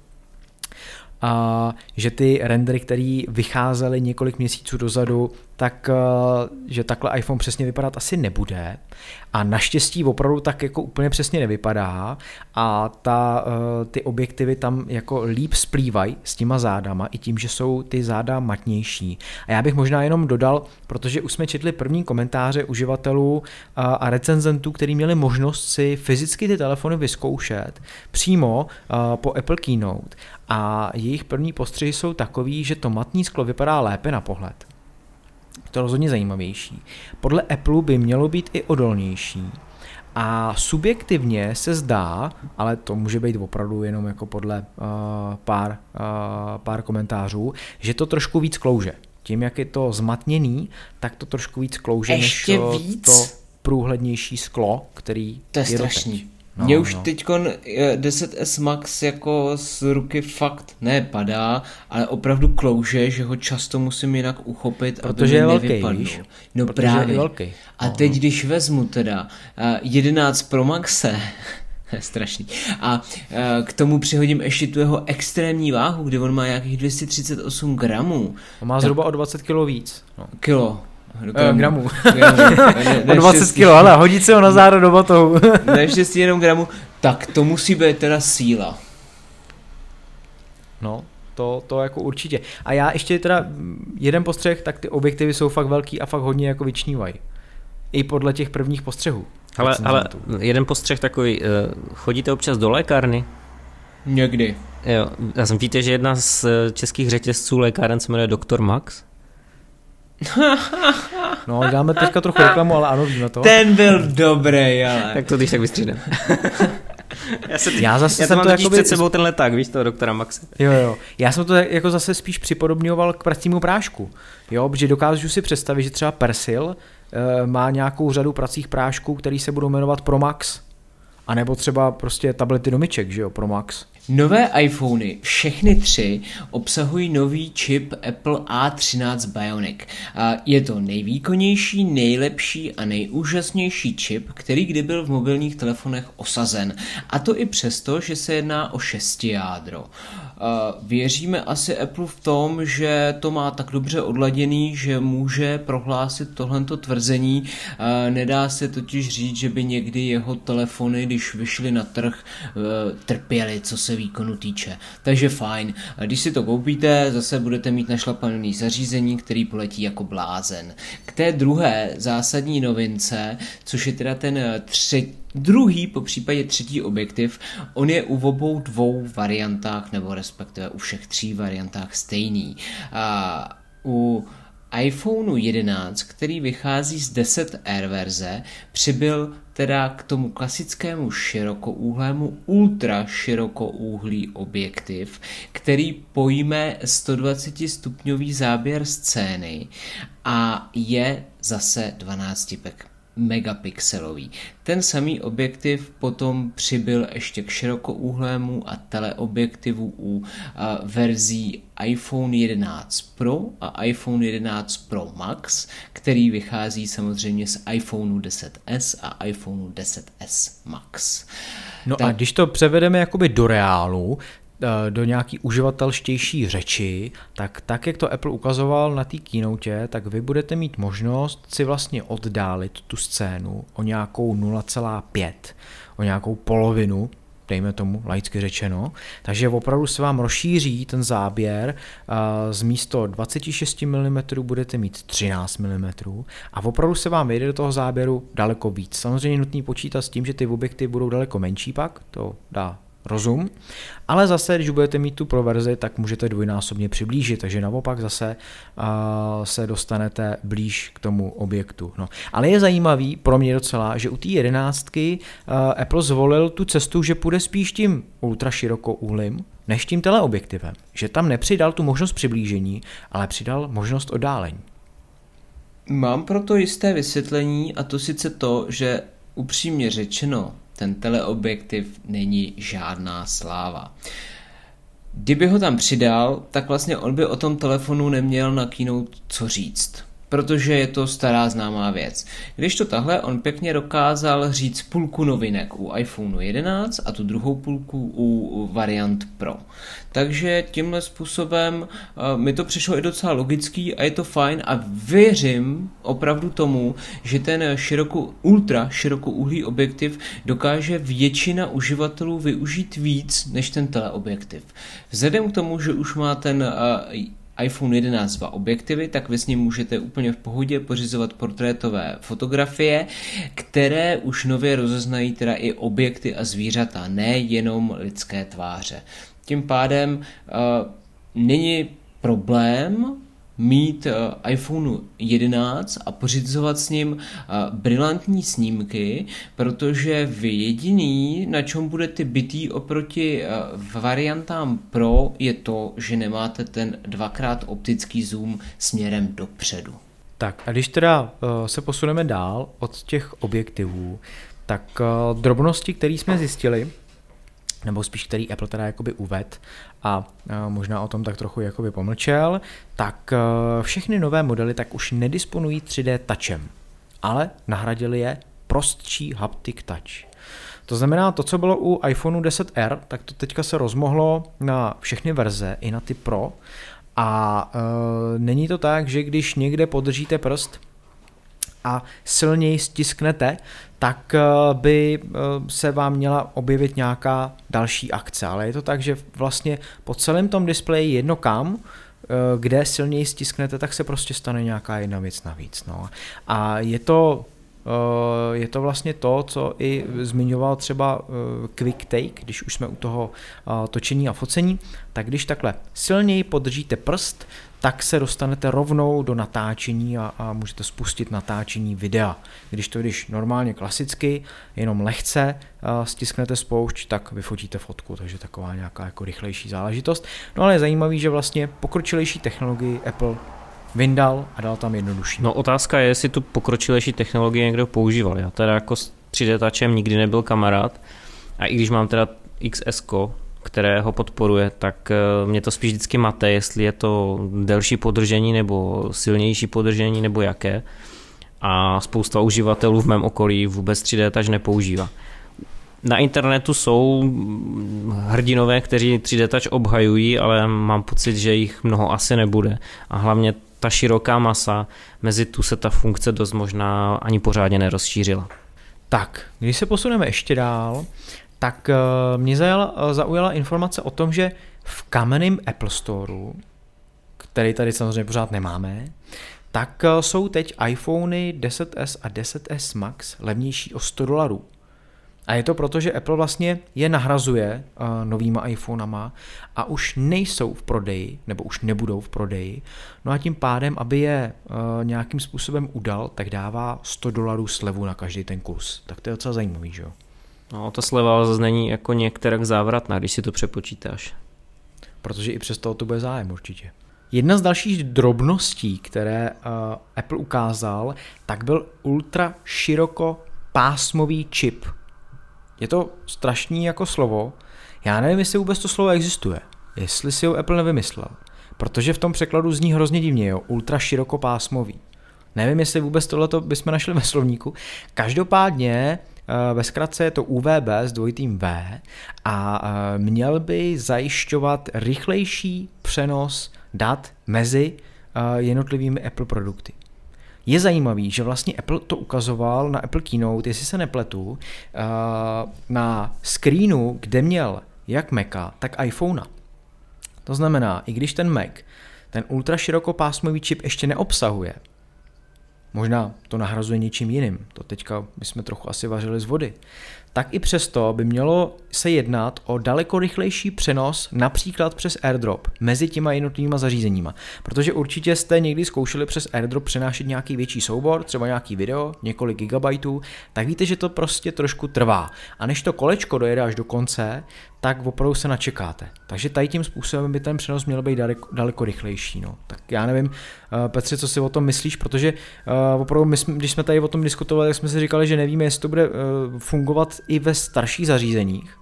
že ty rendery, které vycházely několik měsíců dozadu, tak že takhle iPhone přesně vypadat asi nebude a naštěstí opravdu tak jako úplně přesně nevypadá a ty objektivy tam jako líp splývají s těma zádama i tím, že jsou ty záda matnější. A já bych možná jenom dodal, protože už jsme četli první komentáře uživatelů a recenzentů, kteří měli možnost si fyzicky ty telefony vyzkoušet přímo po Apple Keynote a jejich první postřehy jsou takový, že to matný sklo vypadá lépe na pohled. To je rozhodně zajímavější. Podle Apple by mělo být i odolnější a subjektivně se zdá, ale to může být opravdu jenom jako podle pár komentářů, že to trošku víc klouže. Tím, jak je to zmatněný, tak to trošku víc klouže ještě než víc? To průhlednější sklo, který to je strašný. Mně už teďkon 10S Max jako z ruky fakt nepadá, ale opravdu klouže, že ho často musím jinak uchopit, protože aby mi je nevypadl. Velký, no protože právě. Je velký. A teď, když vezmu teda 11 Pro Maxe, strašný, a k tomu přihodím ještě tu jeho extrémní váhu, kdy on má nějakých 238 gramů. On má zhruba o 20 kg víc. No. Kilo. Gramů. O 20 kg, ale hodit se ho na záda do batohu. Naštěstí jenom gramů. Tak to musí být teda síla. No, to jako určitě. A já ještě teda jeden postřeh, tak ty objektivy jsou fakt velký a fakt hodně jako vyčnívají. I podle těch prvních postřehů. Ale jeden postřeh takový, chodíte občas do lékárny? Někdy. Jo, já jsem víte, že jedna z českých řetězců lékáren se jmenuje Dr. Max? No, dáme teďka trochu reklamu, ale ano, víme to. Ten byl dobrý, ale. Tak to když tak vystřídám. Já zase jsem to jako před sebou ten leták, víš, toho doktora Maxe. Jo. Já jsem to jako zase spíš připodobňoval k pracímu prášku. Jo, protože dokážu si představit, že třeba Persil má nějakou řadu pracích prášků, který se budou jmenovat Pro Max. A nebo třeba prostě tablety do myček, že jo, Pro Max. Nové iPhony, všechny 3, obsahují nový čip Apple A13 Bionic. Je to nejvýkonnější, nejlepší a nejúžasnější čip, který kdy byl v mobilních telefonech osazen. A to i přesto, že se jedná o 6 jádro. věříme asi Apple v tom, že to má tak dobře odladěný, že může prohlásit tohleto tvrzení. Nedá se totiž říct, že by někdy jeho telefony, když vyšly na trh, trpěly, co se výkonu týče. Takže fajn. Když si to koupíte, zase budete mít našlapaný zařízení, který poletí jako blázen. K té druhé zásadní novince, což je teda ten druhý, po případě třetí objektiv, on je u obou dvou variantách, nebo respektive u všech 3 variantách stejný. U iPhoneu 11, který vychází z 10R verze, přibyl teda k tomu klasickému širokouhlému ultra širokouhlý objektiv, který pojme 120 stupňový záběr scény a je zase 12 megapixelový. Ten samý objektiv potom přibyl ještě k širokouhlému a teleobjektivu u verzí iPhone 11 Pro a iPhone 11 Pro Max, který vychází samozřejmě z iPhoneu 10s a iPhoneu 10s Max. No a když to převedeme jakoby do reálu, do nějaký uživatelštější řeči, tak jak to Apple ukazoval na té keynote, tak vy budete mít možnost si vlastně oddálit tu scénu o nějakou 0,5, o nějakou polovinu, dejme tomu, laicky řečeno, takže opravdu se vám rozšíří ten záběr, z místo 26 mm budete mít 13 mm a opravdu se vám vejde do toho záběru daleko víc. Samozřejmě nutný počítat s tím, že ty objekty budou daleko menší pak, to dá rozum, ale zase, když budete mít tu Pro verzi, tak můžete dvojnásobně přiblížit, takže naopak zase se dostanete blíž k tomu objektu. No. Ale je zajímavý pro mě docela, že u té 11 Apple zvolil tu cestu, že půjde spíš tím ultra širokouhlým, než tím teleobjektivem. Že tam nepřidal tu možnost přiblížení, ale přidal možnost oddálení. Mám proto jisté vysvětlení, a to sice to, že upřímně řečeno, ten teleobjektiv není žádná sláva. Kdyby ho tam přidal, tak vlastně on by o tom telefonu neměl na keynote co říct, protože je to stará známá věc. Když to tahle, on pěkně dokázal říct půlku novinek u iPhoneu 11 a tu druhou půlku u variant Pro. Takže tímhle způsobem mi to přišlo i docela logický a je to fajn a věřím opravdu tomu, že ten ultra širokouhlý objektiv dokáže většina uživatelů využít víc než ten teleobjektiv. Vzhledem k tomu, že už má ten iPhone 11 2 objektivy, tak vy s ním můžete úplně v pohodě pořizovat portrétové fotografie, které už nově rozeznají teda i objekty a zvířata, ne jenom lidské tváře. Tím pádem není problém mít iPhone 11 a pořizovat s ním brilantní snímky, protože vy jediný, na čem budete bitý oproti variantám Pro, je to, že nemáte ten 2x optický zoom směrem dopředu. Tak a když teda se posuneme dál od těch objektivů, tak drobnosti, které jsme zjistili, nebo spíš který Apple teda jakoby uvedl a možná o tom tak trochu jakoby pomlčel, tak všechny nové modely tak už nedisponují 3D touchem, ale nahradili je prostší haptic touch. To znamená, to, co bylo u iPhoneu 10R, tak to teďka se rozmohlo na všechny verze, i na ty Pro, a není to tak, že když někde podržíte prst a silněji stisknete, tak by se vám měla objevit nějaká další akce, ale je to tak, že vlastně po celém tom displeji jedno kam, kde silněji stisknete, tak se prostě stane nějaká jedna věc navíc. No. A je to vlastně to, co i zmiňoval třeba Quick Take, když už jsme u toho točení a focení, tak když takhle silněji podržíte prst, tak se dostanete rovnou do natáčení a můžete spustit natáčení videa. Když normálně klasicky, jenom lehce stisknete spoušť, tak vyfotíte fotku, takže taková nějaká jako rychlejší záležitost. No ale je zajímavý, že vlastně pokročilejší technologii Apple vyndal a dal tam jednodušší. No otázka je, jestli tu pokročilejší technologii někdo používal. Já teda jako s 3D touchem nikdy nebyl kamarád a i když mám teda XS-ko, které ho podporuje, tak mě to spíš vždycky mate, jestli je to delší podržení nebo silnější podržení nebo jaké. A spousta uživatelů v mém okolí vůbec 3D touch nepoužívá. Na internetu jsou hrdinové, kteří 3D Touch obhajují, ale mám pocit, že jich mnoho asi nebude. A hlavně ta široká masa, mezi tu se ta funkce dost možná ani pořádně nerozšířila. Tak, když se posuneme ještě dál, tak mě zaujala informace o tom, že v kamenném Apple Storeu, který tady samozřejmě pořád nemáme, tak jsou teď iPhony 10s a 10s Max levnější o $100. A je to proto, že Apple vlastně je nahrazuje novýma iPhonama a už nejsou v prodeji, nebo už nebudou v prodeji. No a tím pádem, aby je nějakým způsobem udal, tak dává $100 slevu na každý ten kus. Tak to je docela zajímavý, že jo? No, ta sleva zase není jako některak závratná, když si to přepočítáš. Protože i přes toho to bude zájem určitě. Jedna z dalších drobností, které Apple ukázal, tak byl ultra širokopásmový čip. Je to strašný jako slovo. Já nevím, jestli vůbec to slovo existuje. Jestli si ho Apple nevymyslel. Protože v tom překladu zní hrozně divně, jo. Ultra širokopásmový. Nevím, jestli vůbec tohleto bychom našli ve slovníku. Každopádně ve zkratce je to UVB s dvojitým V a měl by zajišťovat rychlejší přenos dat mezi jednotlivými Apple produkty. Je zajímavý, že vlastně Apple to ukazoval na Apple Keynote, jestli se nepletu, na screenu, kde měl jak Maca, tak iPhonea. To znamená, i když ten Mac ten ultra širokopásmový čip ještě neobsahuje, možná to nahrazuje něčím jiným, to teďka bychom trochu asi vařili z vody, tak i přesto by mělo se jednat o daleko rychlejší přenos například přes AirDrop mezi těma jednotlivýma zařízeníma. Protože určitě jste někdy zkoušeli přes AirDrop přenášet nějaký větší soubor, třeba nějaký video, několik gigabajtů, tak víte, že to prostě trošku trvá. A než to kolečko dojede až do konce, tak opravdu se načekáte. Takže tady tím způsobem by ten přenos měl být daleko rychlejší. No. Tak já nevím, Petře, co si o tom myslíš, protože opravdu když jsme tady o tom diskutovali, tak jsme si říkali, že nevíme, jestli to bude fungovat i ve starších zařízeních.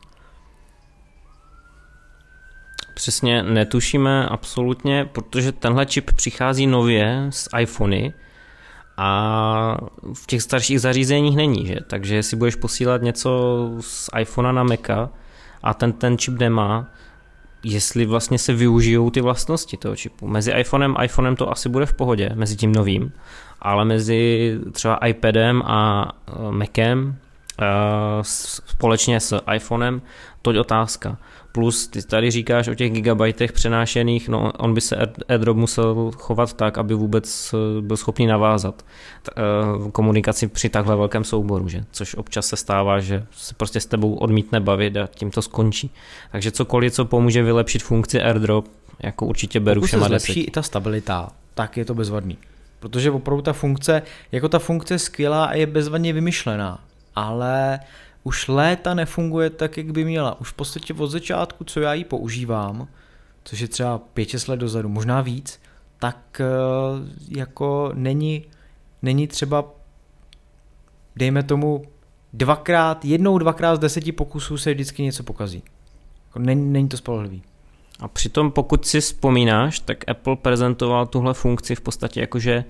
Přesně netušíme absolutně, protože tenhle čip přichází nově z iPhony a v těch starších zařízeních není, že? Takže jestli budeš posílat něco z iPhonea na Maca a ten čip nemá, jestli vlastně se využijou ty vlastnosti toho čipu. Mezi iPhonem to asi bude v pohodě, mezi tím novým, ale mezi třeba iPadem a Macem společně s iPhonem, to je otázka. Plus ty tady říkáš o těch gigabajtech přenášených, no on by se AirDrop musel chovat tak, aby vůbec byl schopný navázat komunikaci při takhle velkém souboru, že? Což občas se stává, že se prostě s tebou odmítne bavit a tím to skončí. Takže cokoliv, co pomůže vylepšit funkci AirDrop, jako určitě beru všema 10. Pokud se zlepší i ta stabilita, tak je to bezvadný. Protože opravdu ta funkce je skvělá a je bezvadně vymyšlená, ale už léta nefunguje tak, jak by měla. Už v podstatě od začátku, co já ji používám, což je třeba 5-6 let dozadu, možná víc, tak jako není třeba, dejme tomu, jednou, dvakrát z 10 pokusů se vždycky něco pokazí. Není to spolehlivý. A přitom, pokud si vzpomínáš, tak Apple prezentoval tuhle funkci v podstatě jakože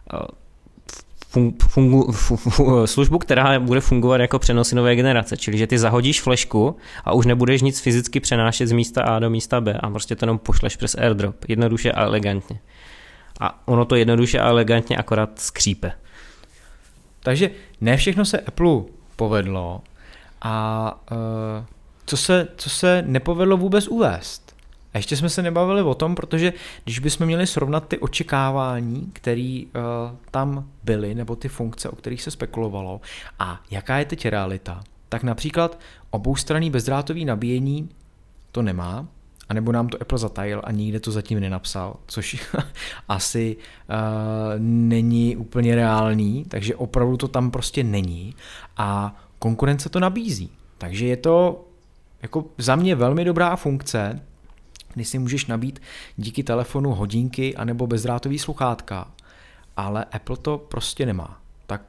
službu, která bude fungovat jako přenosy nové generace, čili že ty zahodíš flešku a už nebudeš nic fyzicky přenášet z místa A do místa B a prostě to jenom pošleš přes AirDrop, jednoduše a elegantně. A ono to jednoduše a elegantně akorát skřípe. Takže ne všechno se Apple povedlo a co se nepovedlo vůbec uvést. A ještě jsme se nebavili o tom, protože když bychom měli srovnat ty očekávání, které tam byly, nebo ty funkce, o kterých se spekulovalo, a jaká je teď realita, tak například oboustranný bezdrátový nabíjení to nemá, anebo nám to Apple zatajil a nikde to zatím nenapsal, což asi není úplně reálný, takže opravdu to tam prostě není a konkurence to nabízí. Takže je to jako za mě velmi dobrá funkce, kdy si můžeš nabít díky telefonu hodinky anebo bezdrátový sluchátka, ale Apple to prostě nemá. Tak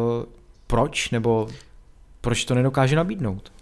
proč to nedokáže nabídnout?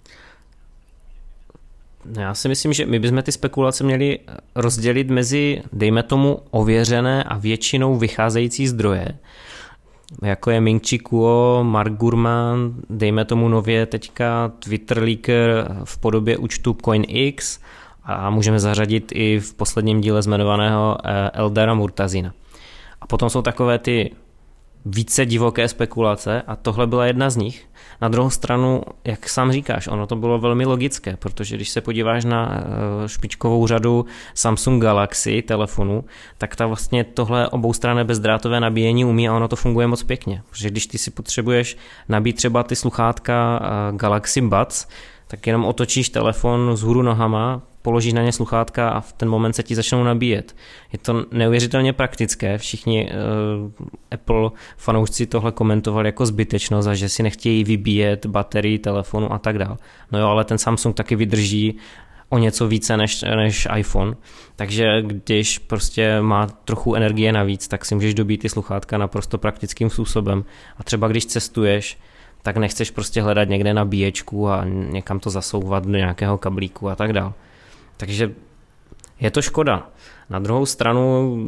Já si myslím, že my bychom ty spekulace měli rozdělit mezi, dejme tomu, ověřené a většinou vycházející zdroje. jako je Ming Chi Kuo, Mark Gurman, dejme tomu nově teďka Twitter leaker v podobě účtu CoinX a můžeme zařadit i v posledním díle zmenovaného Eldara Murtazina. A potom jsou takové ty více divoké spekulace a tohle byla jedna z nich. Na druhou stranu, jak sám říkáš, ono to bylo velmi logické, protože když se podíváš na špičkovou řadu Samsung Galaxy telefonu, tak ta vlastně tohle oboustranné bezdrátové nabíjení umí a ono to funguje moc pěkně. Protože když ty si potřebuješ nabít třeba ty sluchátka Galaxy Buds, tak jenom otočíš telefon vzhůru nohama, položíš na ně sluchátka a v ten moment se ti začnou nabíjet. Je to neuvěřitelně praktické, všichni Apple fanoušci tohle komentovali jako zbytečnost a že si nechtějí vybíjet baterii telefonu a tak dále. No jo, ale ten Samsung taky vydrží o něco více než iPhone, takže když prostě má trochu energie navíc, tak si můžeš dobít ty sluchátka naprosto praktickým způsobem a třeba když cestuješ, tak nechceš prostě hledat někde nabíječku a někam to zasouvat do nějakého kablíku a tak dále. Takže je to škoda. Na druhou stranu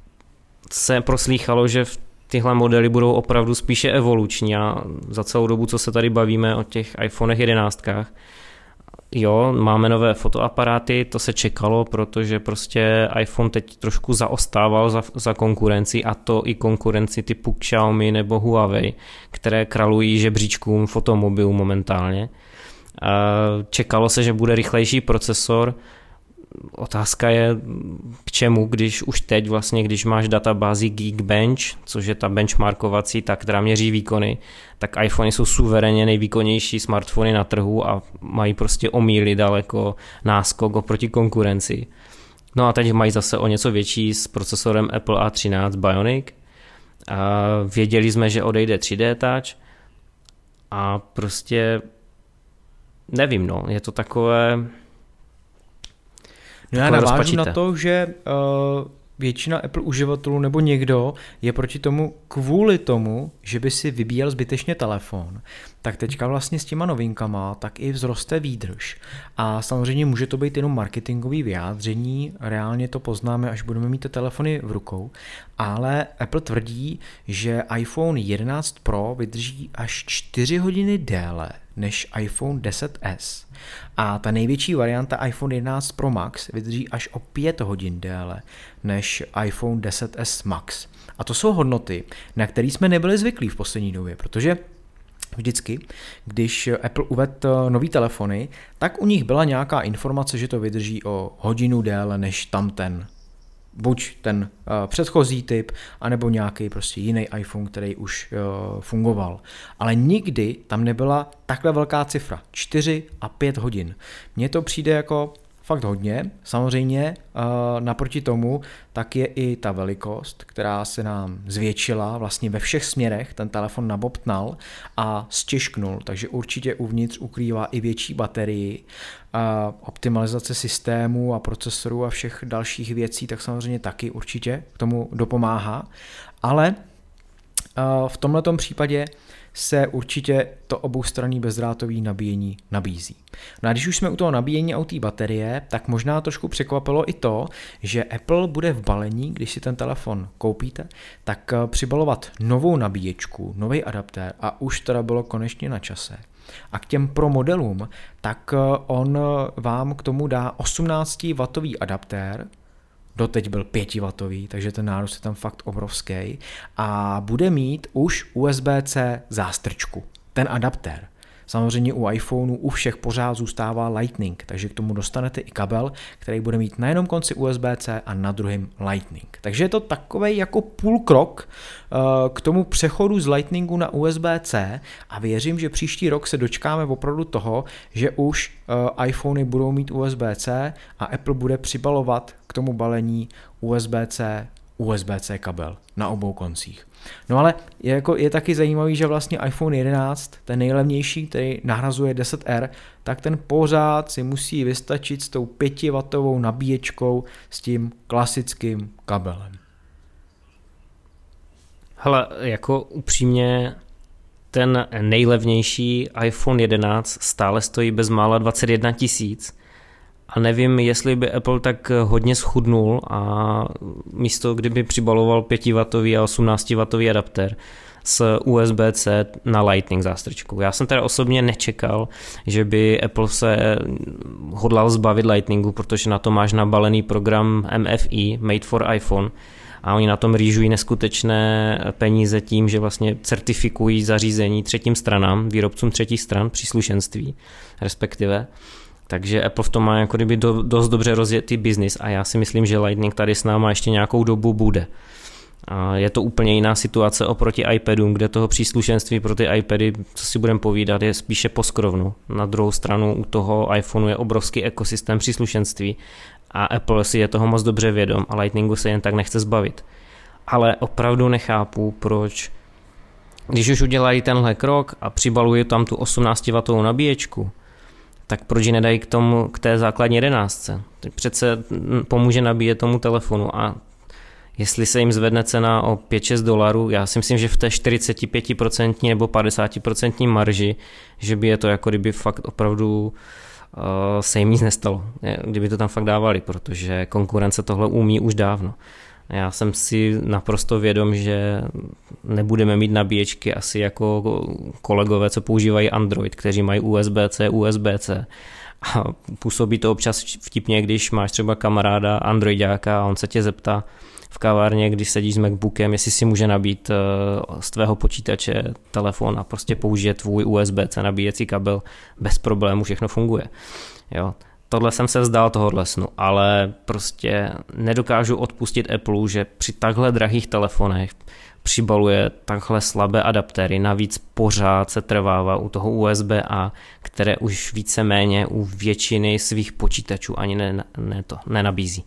se proslýchalo, že tyhle modely budou opravdu spíše evoluční a za celou dobu, co se tady bavíme o těch iPhonech 11, jo, máme nové fotoaparáty, to se čekalo, protože prostě iPhone teď trošku zaostával za konkurenci a to i konkurenci typu Xiaomi nebo Huawei, které kralují žebříčkům fotomobilů momentálně. Čekalo se, že bude rychlejší procesor. Otázka je k čemu, když už teď vlastně, když máš databázi Geekbench, což je ta benchmarkovací, ta, která měří výkony, tak iPhony jsou suverénně nejvýkonnější smartfony na trhu a mají prostě o míli daleko náskok oproti konkurenci. No a teď mají zase o něco větší s procesorem Apple A13 Bionic. A věděli jsme, že odejde 3D Touch a prostě nevím, no, je to takové... No já navážu na to, že většina Apple uživatelů nebo někdo je proti tomu kvůli tomu, že by si vybíjel zbytečně telefon, tak teďka vlastně s těma novinkama tak i vzroste výdrž. A samozřejmě může to být jenom marketingový vyjádření, reálně to poznáme, až budeme mít ty telefony v rukou, ale Apple tvrdí, že iPhone 11 Pro vydrží až 4 hodiny déle než iPhone 10s. A ta největší varianta iPhone 11 Pro Max vydrží až o 5 hodin déle než iPhone 10s Max. A to jsou hodnoty, na které jsme nebyli zvyklí v poslední době, protože vždycky, když Apple uvedl nový telefony, tak u nich byla nějaká informace, že to vydrží o hodinu déle než tamten. Buď ten předchozí typ, anebo nějaký prostě jiný iPhone, který už fungoval. Ale nikdy tam nebyla takhle velká cifra. 4 a 5 hodin. Mně to přijde jako fakt hodně. Samozřejmě naproti tomu tak je i ta velikost, která se nám zvětšila vlastně ve všech směrech. Ten telefon nabobtnal a stěžknul, takže určitě uvnitř ukrývá i větší baterii. Optimalizace systému a procesorů a všech dalších věcí, tak samozřejmě taky určitě k tomu dopomáhá. Ale v tomhletom případě se určitě to oboustranné bezdrátové nabíjení nabízí. No a když už jsme u toho nabíjení a u té baterie, tak možná trošku překvapilo i to, že Apple bude v balení, když si ten telefon koupíte, tak přibalovat novou nabíječku, nový adaptér a už teda bylo konečně na čase. A k těm Pro modelům, tak on vám k tomu dá 18W adaptér, doteď byl 5W, takže ten nárůst je tam fakt obrovský a bude mít už USB-C zástrčku, ten adaptér. Samozřejmě u iPhoneu u všech pořád zůstává Lightning, takže k tomu dostanete i kabel, který bude mít na jednom konci USB-C a na druhém Lightning. Takže je to takovej jako půlkrok k tomu přechodu z Lightningu na USB-C a věřím, že příští rok se dočkáme opravdu toho, že už iPhony budou mít USB-C a Apple bude přibalovat k tomu balení USB-C kabel na obou koncích. No ale je taky zajímavý, že vlastně iPhone 11, ten nejlevnější, který nahrazuje 10R, tak ten pořád si musí vystačit s tou 5W nabíječkou s tím klasickým kabelem. Hele, jako upřímně ten nejlevnější iPhone 11 stále stojí bezmála 21 000 a nevím, jestli by Apple tak hodně schudnul a místo, kdyby přibaloval 5W a 18W adaptér, s USB-C na Lightning zástrčkou. Já jsem teda osobně nečekal, že by Apple se hodlal zbavit Lightningu, protože na to máš nabalený program MFI, Made for iPhone, a oni na tom rýžují neskutečné peníze tím, že vlastně certifikují zařízení třetím stranám, výrobcům třetích stran, příslušenství respektive. Takže Apple v tom má jako kdyby dost dobře rozjetý biznis a já si myslím, že Lightning tady s náma ještě nějakou dobu bude. A je to úplně jiná situace oproti iPadům, kde toho příslušenství pro ty iPady, co si budeme povídat, je spíše poskrovnu. Na druhou stranu u toho iPhoneu je obrovský ekosystém příslušenství a Apple si je toho moc dobře vědom a Lightningu se jen tak nechce zbavit. Ale opravdu nechápu, proč, když už udělají tenhle krok a přibalují tam tu 18W nabíječku, tak proč ji nedají k té základní 11? Tak přece pomůže nabíjet tomu telefonu a jestli se jim zvedne cena o $5-6, já si myslím, že v té 45% nebo 50% marži, že by je to jako kdyby fakt opravdu se jim nic nestalo, kdyby to tam fakt dávali, protože konkurence tohle umí už dávno. Já jsem si naprosto vědom, že nebudeme mít nabíječky asi jako kolegové, co používají Android, kteří mají USB-C. A působí to občas vtipně, když máš třeba kamaráda Androidáka a on se tě zeptá v kavárně, když sedíš s MacBookem, jestli si může nabít z tvého počítače telefon a prostě použije tvůj USB-C nabíjecí kabel bez problémů, všechno funguje. Jo. Tohle jsem se vzdal tohohle snu, ale prostě nedokážu odpustit Apple, že při takhle drahých telefonech přibaluje takhle slabé adaptéry, navíc pořád se trvává u toho USB-A, které už víceméně u většiny svých počítačů ani nenabízí.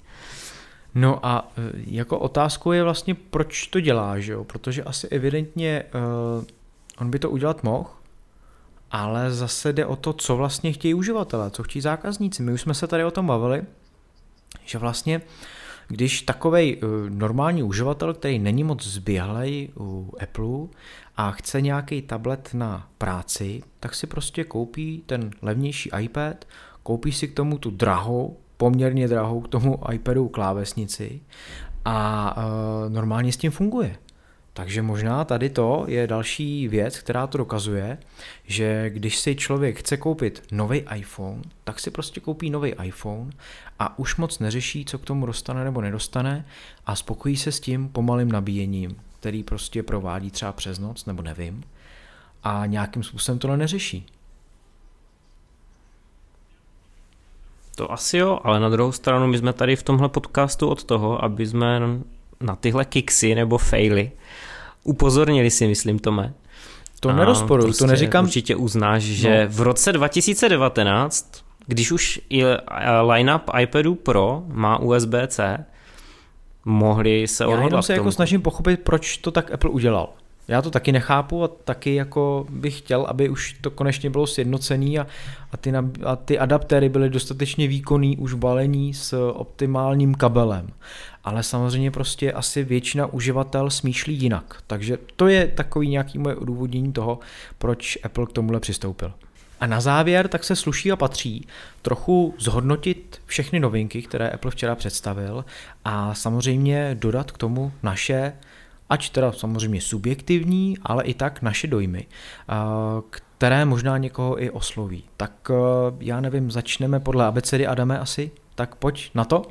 No a jako otázkou je vlastně, proč to dělá, že jo? Protože asi evidentně on by to udělat mohl, ale zase jde o to, co vlastně chtějí uživatelé, co chtějí zákazníci. My už jsme se tady o tom bavili, že vlastně, když takovej normální uživatel, který není moc zběhlej u Apple a chce nějaký tablet na práci, tak si prostě koupí ten levnější iPad, koupí si k tomu tu drahou, poměrně drahou k tomu iPadu klávesnici a normálně s tím funguje. Takže možná tady to je další věc, která to dokazuje, že když si člověk chce koupit nový iPhone, tak si prostě koupí nový iPhone a už moc neřeší, co k tomu dostane nebo nedostane a spokojí se s tím pomalým nabíjením, který prostě provádí třeba přes noc nebo nevím a nějakým způsobem tohle neřeší. To asi jo, ale na druhou stranu my jsme tady v tomhle podcastu od toho, aby jsme na tyhle kiksy nebo faily upozornili si, myslím, Tome. To nerozporuju, prostě to neříkám. Určitě uznáš, že v roce 2019, když už i line-up iPadu Pro má USB-C, mohli se odhodlat. Já jenom se jako snažím pochopit, proč to tak Apple udělal. Já to taky nechápu a taky jako bych chtěl, aby už to konečně bylo sjednocený a ty adaptéry byly dostatečně výkonný už balení s optimálním kabelem. Ale samozřejmě prostě asi většina uživatel smýšlí jinak. Takže to je takový nějaký moje odůvodnění toho, proč Apple k tomuhle přistoupil. A na závěr tak se sluší a patří trochu zhodnotit všechny novinky, které Apple včera představil a samozřejmě dodat k tomu naše, ať teda samozřejmě subjektivní, ale i tak naše dojmy, které možná někoho i osloví. Tak já nevím, začneme podle abecedy, Adame, asi? Tak pojď na to.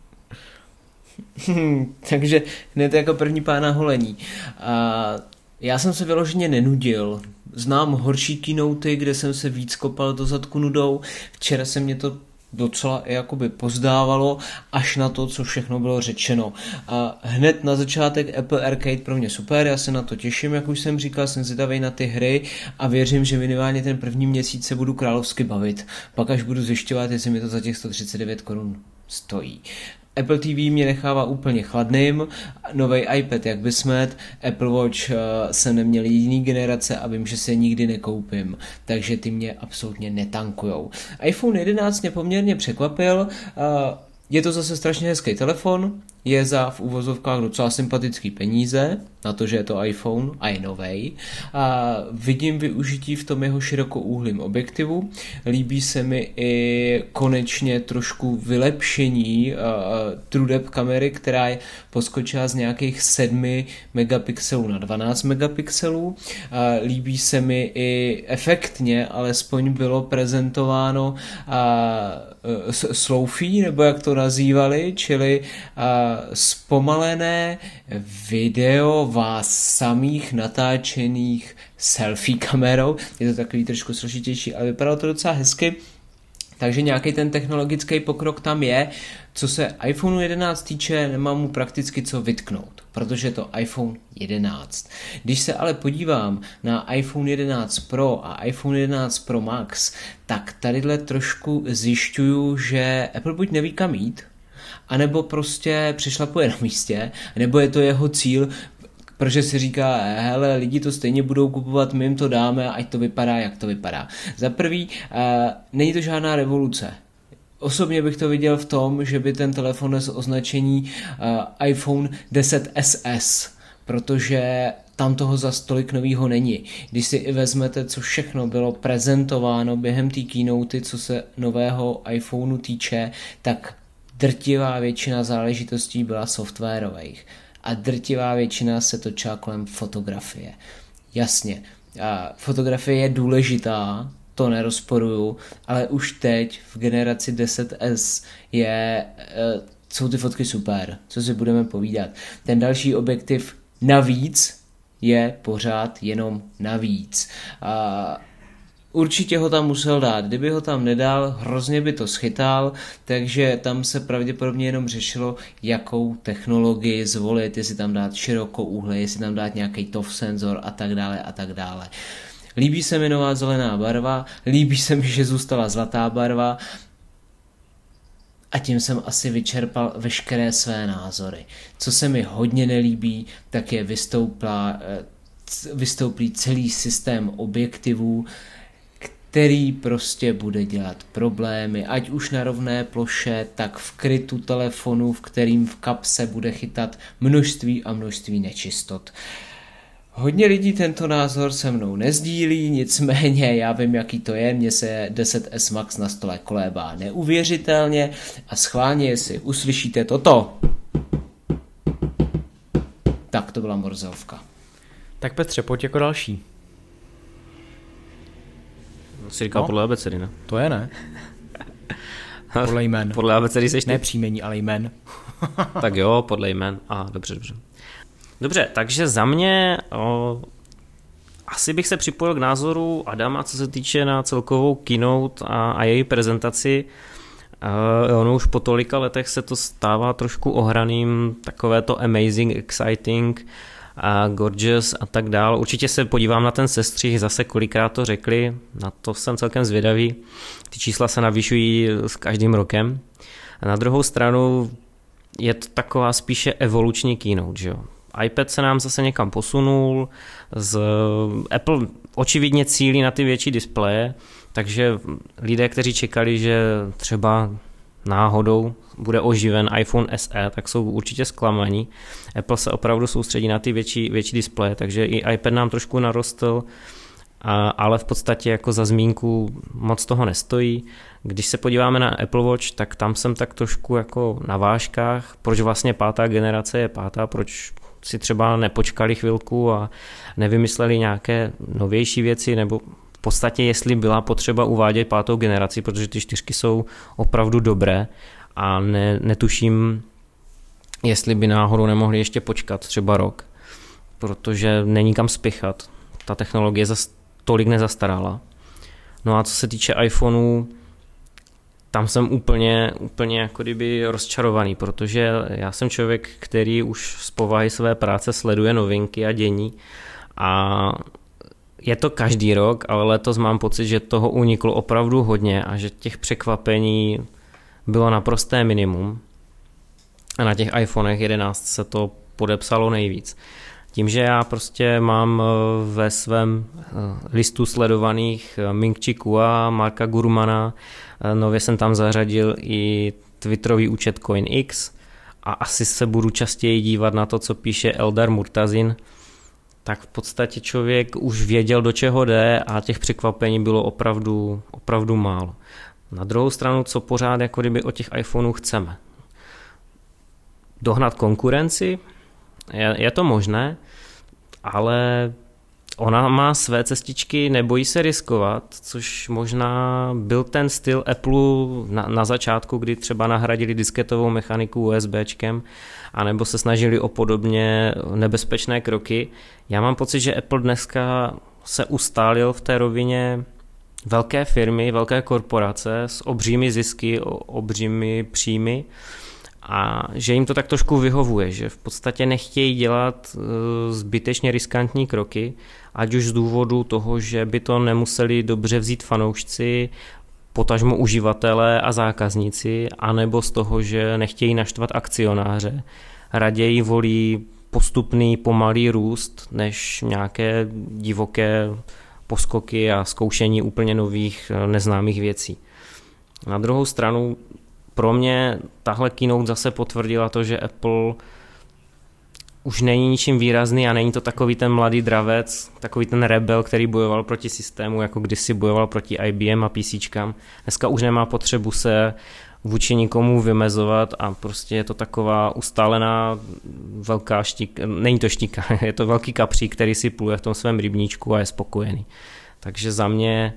Takže hned jako první pána holení. Já jsem se vyloženě nenudil. Znám horší keynoty, kde jsem se víc kopal do zadku nudou. Včera se mě to docela jakoby pozdávalo až na to, co všechno bylo řečeno. A hned na začátek Apple Arcade pro mě super, já se na to těším, jak už jsem říkal, jsem zvědavej na ty hry a věřím, že minimálně ten první měsíc se budu královsky bavit. Pak až budu zjišťovat, jestli mi to za těch 139 korun stojí. Apple TV mě nechává úplně chladným, nový iPad jak by smet, Apple Watch jsem neměl jiný generace a vím, že se nikdy nekoupím, takže ty mě absolutně netankujou. iPhone 11 mě poměrně překvapil, je to zase strašně hezký telefon, je za v uvozovkách docela sympatický peníze, na to, že je to iPhone a je novej. A vidím využití v tom jeho širokouhlým objektivu. Líbí se mi i konečně trošku vylepšení TrueDepth kamery, která je poskočila z nějakých 7 megapixelů na 12 megapixelů. Líbí se mi i efektně, alespoň bylo prezentováno slowfie, nebo jak to nazývali, čili zpomalené video vás samých natáčených selfie kamerou. Je to takový trošku složitější, ale vypadalo to docela hezky. Takže nějaký ten technologický pokrok tam je. Co se iPhone 11 týče, nemám mu prakticky co vytknout, protože je to iPhone 11. Když se ale podívám na iPhone 11 Pro a iPhone 11 Pro Max, tak tadyhle trošku zjišťuju, že Apple buď neví kam jít, anebo prostě přešlapuje na místě, nebo je to jeho cíl, protože si říká, hele, lidi to stejně budou kupovat, my jim to dáme, ať to vypadá, jak to vypadá. Za prvý, není to žádná revoluce. Osobně bych to viděl v tom, že by ten telefon nesl označení iPhone 10 SS, protože tam toho za tolik novýho není. Když si i vezmete, co všechno bylo prezentováno během té keynoty, co se nového iPhoneu týče, tak drtivá většina záležitostí byla softwarových. A drtivá většina se točila kolem fotografie. Jasně, fotografie je důležitá, to nerozporuju, ale už teď v generaci 10S jsou ty fotky super, co si budeme povídat. Ten další objektiv navíc je pořád jenom navíc. Určitě ho tam musel dát, kdyby ho tam nedal, hrozně by to schytal, takže tam se pravděpodobně jenom řešilo, jakou technologii zvolit, jestli tam dát širokouhlý, jestli tam dát nějaký TOF senzor a tak dále a tak dále. Líbí se mi nová zelená barva, líbí se mi, že zůstala zlatá barva a tím jsem asi vyčerpal veškeré své názory. Co se mi hodně nelíbí, tak je vystouplý celý systém objektivů, který prostě bude dělat problémy, ať už na rovné ploše, tak v krytu telefonu, v kterým v kapse bude chytat množství a množství nečistot. Hodně lidí tento názor se mnou nezdílí, nicméně já vím, jaký to je, mně se 10S Max na stole kolébá neuvěřitelně a schválně, jestli uslyšíte toto. Tak to byla Morzeovka. Tak Petře, pojď jako další. Si říkal podle abecedy, ne? To je ne. Podle jmen. Podle abecedy seš ty? Ne příjmení, ale jmen. Tak jo, podle jmen. Dobře. Dobře, takže za mě asi bych se připojil k názoru Adama, co se týče na celkovou keynote a její prezentaci. Ono už po tolika letech se to stává trošku ohraným, takové to amazing, exciting, a gorgeous a tak dál. Určitě se podívám na ten sestřih, zase kolikrát to řekli, na to jsem celkem zvědavý. Ty čísla se navyšují s každým rokem. A na druhou stranu je to taková spíše evoluční keynote, že jo. iPad se nám zase někam posunul, Apple očividně cílí na ty větší displeje, takže lidé, kteří čekali, že třeba náhodou bude oživen iPhone SE, tak jsou určitě zklamaní. Apple se opravdu soustředí na ty větší displeje, takže i iPad nám trošku narostl, ale v podstatě jako za zmínku moc toho nestojí. Když se podíváme na Apple Watch, tak tam jsem tak trošku jako na vážkách, proč vlastně 5. generace je 5., proč si třeba nepočkali chvilku a nevymysleli nějaké novější věci, nebo v podstatě jestli byla potřeba uvádět 5. generaci, protože ty 4 jsou opravdu dobré a netuším, jestli by náhodou nemohli ještě počkat třeba rok, protože není kam spěchat. Ta technologie tolik nezastarala. No a co se týče iPhoneu, tam jsem úplně jako kdyby rozčarovaný, protože já jsem člověk, který už z povahy své práce sleduje novinky a dění a je to každý rok, ale letos mám pocit, že toho uniklo opravdu hodně a že těch překvapení bylo naprosté minimum. A na těch iPhonech 11 se to podepsalo nejvíc. Tím, že já prostě mám ve svém listu sledovaných Ming-Chi Kua, Marka Gurmana, nově jsem tam zařadil i Twitterový účet CoinX a asi se budu častěji dívat na to, co píše Eldar Murtazin, tak v podstatě člověk už věděl, do čeho jde a těch překvapení bylo opravdu málo. Na druhou stranu, co pořád jako kdyby od těch iPhoneů chceme? Dohnat konkurenci? Je to možné, ale ona má své cestičky, nebojí se riskovat, což možná byl ten styl Apple na začátku, kdy třeba nahradili disketovou mechaniku USBčkem, anebo se snažili o podobně nebezpečné kroky. Já mám pocit, že Apple dneska se ustálil v té rovině velké firmy, velké korporace s obřími zisky, obřími příjmy, a že jim to tak trošku vyhovuje, že v podstatě nechtějí dělat zbytečně riskantní kroky, ať už z důvodu toho, že by to nemuseli dobře vzít fanoušci, potažmo uživatelé a zákazníci, anebo z toho, že nechtějí naštvat akcionáře. Raději volí postupný, pomalý růst, než nějaké divoké poskoky a zkoušení úplně nových, neznámých věcí. Na druhou stranu pro mě tahle keynote zase potvrdila to, že Apple už není ničím výrazný a není to takový ten mladý dravec, takový ten rebel, který bojoval proti systému, jako kdysi bojoval proti IBM a PCčkám. Dneska už nemá potřebu se vůči nikomu vymezovat a prostě je to taková ustálená velká štika, není to štika, je to velký kapřík, který si pluje v tom svém rybníčku a je spokojený. Takže za mě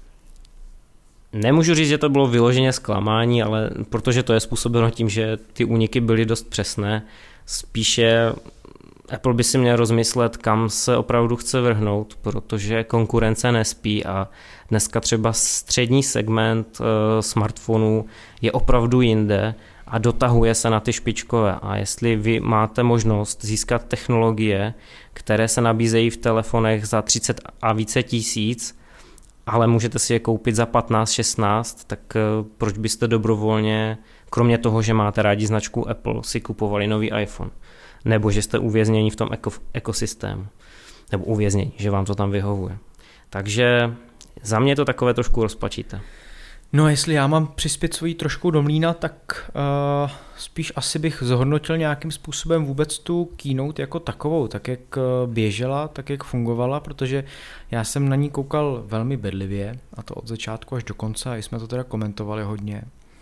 nemůžu říct, že to bylo vyloženě zklamání, ale protože to je způsobeno tím, že ty úniky byly dost přesné, spíše Apple by si měl rozmyslet, kam se opravdu chce vrhnout, protože konkurence nespí a dneska třeba střední segment smartphonů je opravdu jinde a dotahuje se na ty špičkové. A jestli vy máte možnost získat technologie, které se nabízejí v telefonech za 30 a více tisíc, ale můžete si je koupit za 15-16, tak proč byste dobrovolně, kromě toho, že máte rádi značku Apple, si kupovali nový iPhone? Nebo že jste uvězněni v tom ekosystému. Nebo uvězněni, že vám to tam vyhovuje. Takže za mě je to takové trošku rozpačité. No, jestli já mám přispět svojí trošku do mlýna, tak spíš asi bych zhodnotil nějakým způsobem vůbec tu keynote jako takovou, tak jak běžela, tak jak fungovala, protože já jsem na ní koukal velmi bedlivě, a to od začátku až do konce, a jsme to teda komentovali hodně.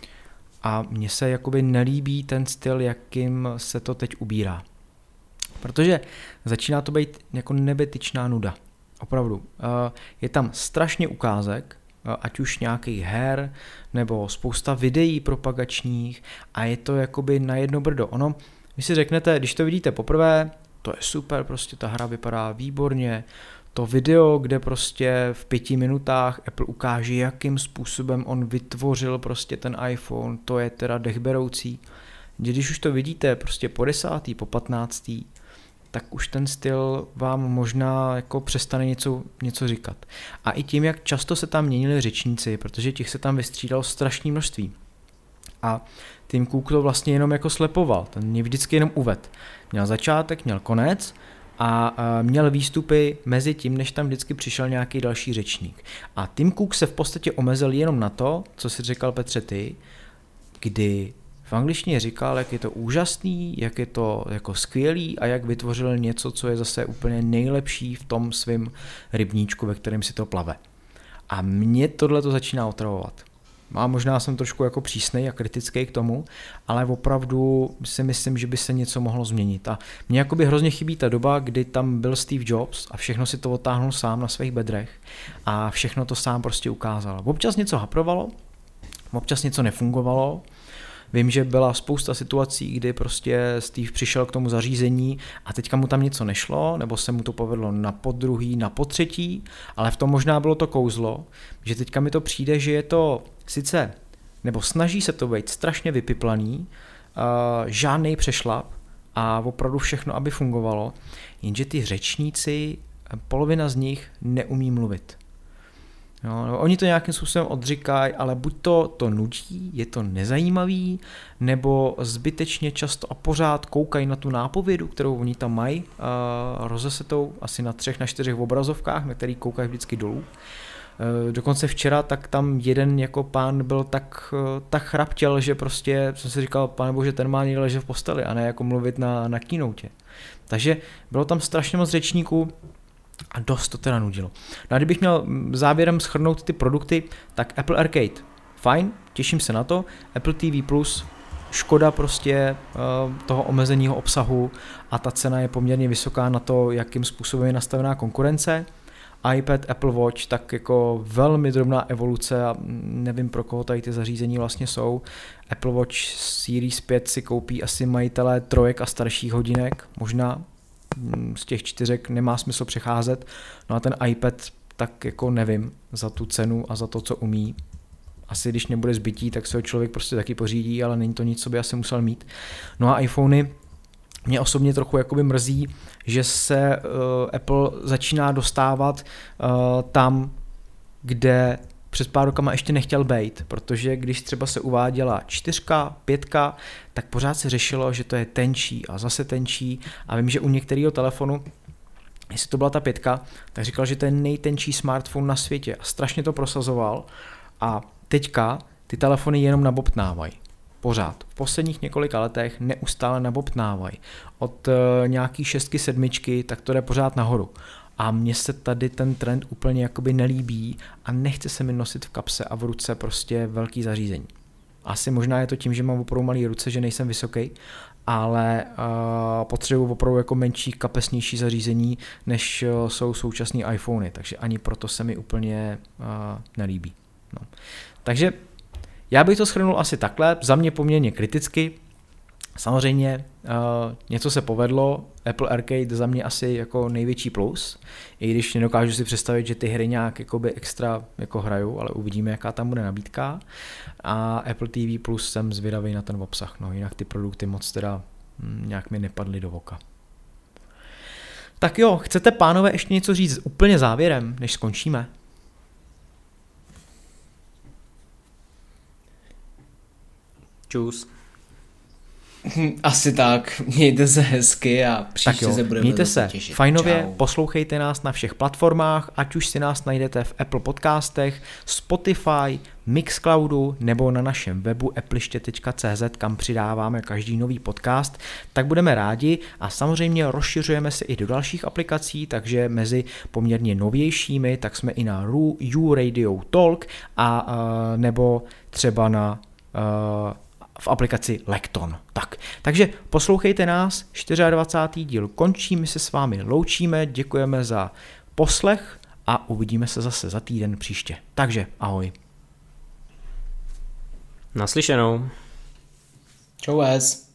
A mně se jakoby nelíbí ten styl, jakým se to teď ubírá. Protože začíná to být jako nebetyčná nuda. Opravdu. Je tam strašně ukázek, ať už nějakých her, nebo spousta videí propagačních a je to jakoby na jedno brdo. Ono, vy si řeknete, když to vidíte poprvé, to je super, prostě ta hra vypadá výborně, to video, kde prostě v 5 minutách Apple ukáže, jakým způsobem on vytvořil prostě ten iPhone, to je teda dechberoucí. Když už to vidíte prostě po 10., po 15., tak už ten styl vám možná jako přestane něco říkat. A i tím, jak často se tam měnili řečníci, protože těch se tam vystřídalo strašné množství. A Tim Cook to vlastně jenom jako slepoval, ten mě vždycky jenom uved. Měl začátek, měl konec a měl výstupy mezi tím, než tam vždycky přišel nějaký další řečník. A Tim Cook se v podstatě omezil jenom na to, co si říkal Petře ty, kdy v angličtině říkal, jak je to úžasný, jak je to jako skvělý a jak vytvořil něco, co je zase úplně nejlepší v tom svém rybníčku, ve kterém si to plave. A mě tohle to začíná otravovat. A možná jsem trošku jako přísnej a kritický k tomu, ale opravdu si myslím, že by se něco mohlo změnit. A mně jakoby hrozně chybí ta doba, kdy tam byl Steve Jobs a všechno si to otáhnul sám na svých bedrech a všechno to sám prostě ukázal. Občas něco haprovalo, občas něco nefungovalo. Vím, že byla spousta situací, kdy prostě Steve přišel k tomu zařízení a teďka mu tam něco nešlo, nebo se mu to povedlo na podruhý, na potřetí, ale v tom možná bylo to kouzlo, že teďka mi to přijde, že je to sice, nebo snaží se to být strašně vypiplaný, žádnej přešlap a opravdu všechno, aby fungovalo, jenže ty řečníci, polovina z nich neumí mluvit. No, oni to nějakým způsobem odříkají, ale buď to nudí, je to nezajímavý, nebo zbytečně často a pořád koukají na tu nápovědu, kterou oni tam mají, rozesetou asi na 3, na 4 obrazovkách, na který koukají vždycky dolů. Dokonce včera tak tam jeden jako pán byl tak chraptěl, že prostě jsem si říkal, pane bože, ten má někde ležet v posteli a ne jako mluvit na keynote. Takže bylo tam strašně moc řečníků a dost to teda nudilo. No a kdybych měl závěrem shrnout ty produkty, tak Apple Arcade, fajn, těším se na to, Apple TV Plus, škoda prostě toho omezeného obsahu a ta cena je poměrně vysoká na to, jakým způsobem je nastavená konkurence. iPad, Apple Watch, tak jako velmi drobná evoluce a nevím, pro koho tady ty zařízení vlastně jsou. Apple Watch Series 5 si koupí asi majitelé 3 a starších hodinek, možná z těch 4 nemá smysl přecházet. No a ten iPad, tak jako nevím, za tu cenu a za to, co umí. Asi když nebude zbytí, tak se ho člověk prostě taky pořídí, ale není to nic, co by asi musel mít. No a iPhony mě osobně trochu jakoby mrzí, že se Apple začíná dostávat tam, kde před pár rokama ještě nechtěl být, protože když třeba se uváděla 4, 5, tak pořád se řešilo, že to je tenčí a zase tenčí a vím, že u některého telefonu, jestli to byla ta 5, tak říkal, že to je nejtenčí smartphone na světě a strašně to prosazoval a teďka ty telefony jenom nabobtnávají. Pořád. V posledních několika letech neustále nabobtnávají. Od nějaký 6, 7, tak to jde pořád nahoru. A mně se tady ten trend úplně jakoby nelíbí a nechce se mi nosit v kapse a v ruce prostě velký zařízení. Asi možná je to tím, že mám opravdu malý ruce, že nejsem vysoký, ale potřebuji opravdu jako menší, kapesnější zařízení, než jsou současný iPhony, takže ani proto se mi úplně nelíbí. No. Takže já bych to shrnul asi takhle, za mě poměrně kriticky. Samozřejmě něco se povedlo, Apple Arcade za mě asi jako největší plus, i když nedokážu si představit, že ty hry nějak jakoby extra jako hrajou, ale uvidíme, jaká tam bude nabídka. A Apple TV Plus jsem zvědavý na ten obsah, no jinak ty produkty moc teda nějak mi nepadly do oka. Tak jo, chcete pánové ještě něco říct úplně závěrem, než skončíme? Čus. Asi tak, mějte se hezky a příště se budeme mějte se těšit. fajnově, Čau. poslouchejte nás na všech platformách, ať už si nás najdete v Apple podcastech, Spotify, Mixcloudu nebo na našem webu appliště.cz, kam přidáváme každý nový podcast, tak budeme rádi a samozřejmě rozšiřujeme se i do dalších aplikací, takže mezi poměrně novějšími, tak jsme i na U-Radio Talk a nebo třeba na v aplikaci Lekton. Takže poslouchejte nás, 24. díl končí, my se s vámi loučíme, děkujeme za poslech a uvidíme se zase za týden příště. Takže ahoj. Naslyšenou. Čau.